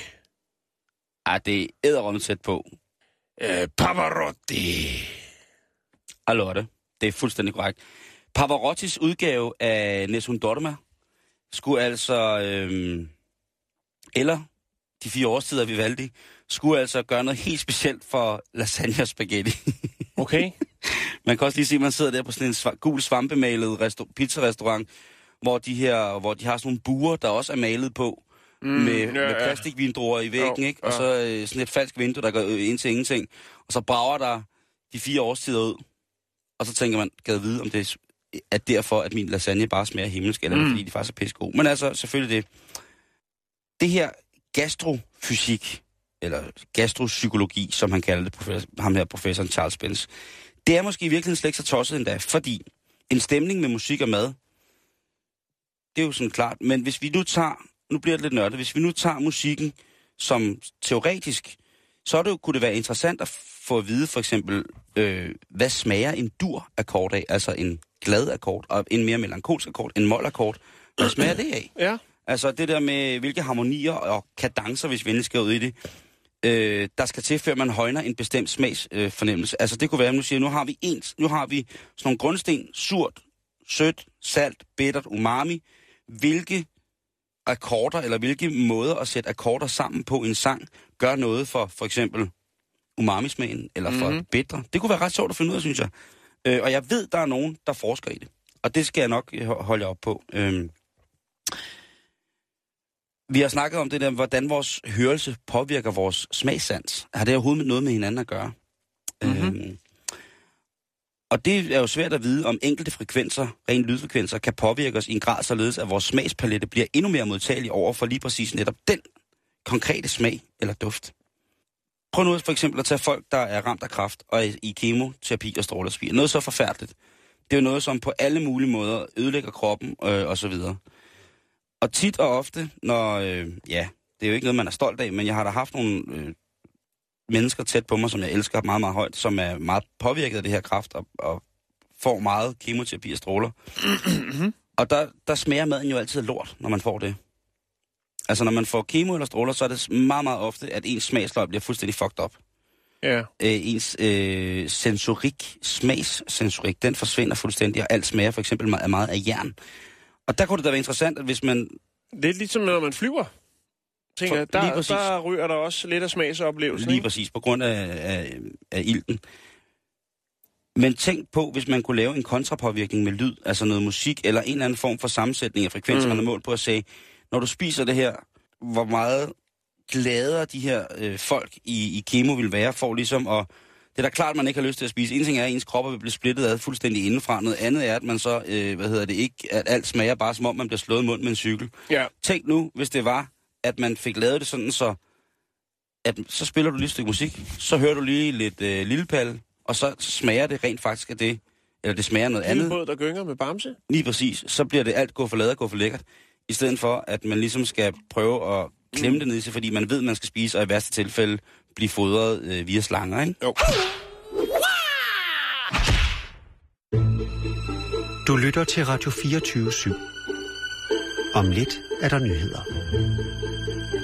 S6: Ah, det er edderrømme tæt på.
S5: Øh, Pavarotti.
S6: Allotte, det er fuldstændig korrekt. Pavarottis udgave af Nessun Dorma skulle altså, øhm, eller de fire årstider Vivaldi, skulle altså gøre noget helt specielt for lasagne og spaghetti.
S5: Okay.
S6: Man kan også lige se, at man sidder der på sådan en sv- gul svampemalet resta- pizzarestaurant, hvor de her, hvor de har sådan nogle buer, der også er malet på, mm, med, ja, med plastikvindruer i væggen,
S5: jo,
S6: ikke? Og
S5: ja.
S6: så øh, sådan et falsk vindue, der går ind til ingenting. Og så brager der de fire årstider ud. Og så tænker man, kan jeg vide, om det er derfor, at min lasagne bare smager himmelsk, eller mm. fordi de faktisk er pissegode. Men altså, selvfølgelig det. Det her gastrofysik, eller gastropsykologi, som han kalder det, professor, ham her professoren Charles Spence, det er måske i virkeligheden slet ikke så tosset endda, fordi en stemning med musik og mad, det er jo sådan klart, men hvis vi nu tager, nu bliver det lidt nørdet, hvis vi nu tager musikken som teoretisk, så det jo, kunne det være interessant at få at vide for eksempel, øh, hvad smager en dur-akkord af, altså en glad akkord, og en mere melankolsk akkord, en mol-akkord. Hvad smager det af?
S5: Ja.
S6: Altså det der med, hvilke harmonier og kadencer, hvis vi endelig skal ud i det, øh, der skal til, før man højner en bestemt smagsfornemmelse. Øh, altså det kunne være, at nu siger, nu har vi ens, nu har vi sådan nogle grundsten, surt, sødt, salt, bittert, umami. Hvilke akkorder, eller hvilke måder at sætte akkorder sammen på en sang, gør noget for for eksempel umami-smagen, eller for mm-hmm. bitre. Det kunne være ret sjovt at finde ud af, synes jeg. Øh, og jeg ved, der er nogen, der forsker i det. Og det skal jeg nok holde jer op på. Øh, Vi har snakket om det der, hvordan vores hørelse påvirker vores smagssans. Har det overhovedet noget med hinanden at gøre? Mm-hmm. Øhm, og det er jo svært at vide, om enkelte frekvenser, rent lydfrekvenser, kan påvirke os i en grad således, at vores smagspalette bliver endnu mere modtagelig over for lige præcis netop den konkrete smag eller duft. Prøv nu for eksempel at tage folk, der er ramt af kræft og er i kemoterapi og strålerspir. Noget så forfærdeligt. Det er jo noget, som på alle mulige måder ødelægger kroppen øh, og så videre. Og tit og ofte, når, øh, ja, det er jo ikke noget, man er stolt af, men jeg har da haft nogle øh, mennesker tæt på mig, som jeg elsker meget, meget højt, som er meget påvirket af det her kræft, og, og får meget kemoterapi og stråler. Og der, der smager maden jo altid lort, når man får det. Altså, når man får kemo eller stråler, så er det meget, meget ofte, at ens smagsløg bliver fuldstændig fucked up.
S5: Ja.
S6: Øh, ens øh, sensorik, smagssensorik, den forsvinder fuldstændig, og alt smager for eksempel meget, meget af jern. Og der kunne det da være interessant, at hvis man...
S5: Det er ligesom, når man flyver. Tænker,
S6: For,
S5: der, der ryger der også lidt af smagsoplevelsen.
S6: Lige præcis, på grund af, af, af ilten. Men tænk på, hvis man kunne lave en kontrapåvirkning med lyd, altså noget musik, eller en eller anden form for sammensætning af frekvenser, mm. man har målt på at sige, når du spiser det her, hvor meget gladere de her øh, folk i, i kemo vil være, for ligesom at... Det er da klart, at man ikke har lyst til at spise. En ting er, at ens krop vil blive splittet ad fuldstændig indenfra. Noget andet er, at man så, øh, hvad hedder det, ikke, at alt smager bare som om, man bliver slået i mund med en cykel.
S5: Ja.
S6: Tænk nu, hvis det var, at man fik lavet det sådan, så at så spiller du lige et stykke musik, så hører du lige lidt øh, lillepal, og så smager det rent faktisk af det, eller det smager noget andet.
S5: Lillebåd, der gynger med bamse?
S6: Lige præcis. Så bliver det alt gå for lad og gå for lækkert, i stedet for, at man ligesom skal prøve at klemme det ned i sig, fordi man ved, man skal spise, og i værste tilfælde blive fodret øh, via slanger, ikke?
S5: Jo.
S7: Du lytter til Radio fireogtyve syv. Om lidt er der nyheder.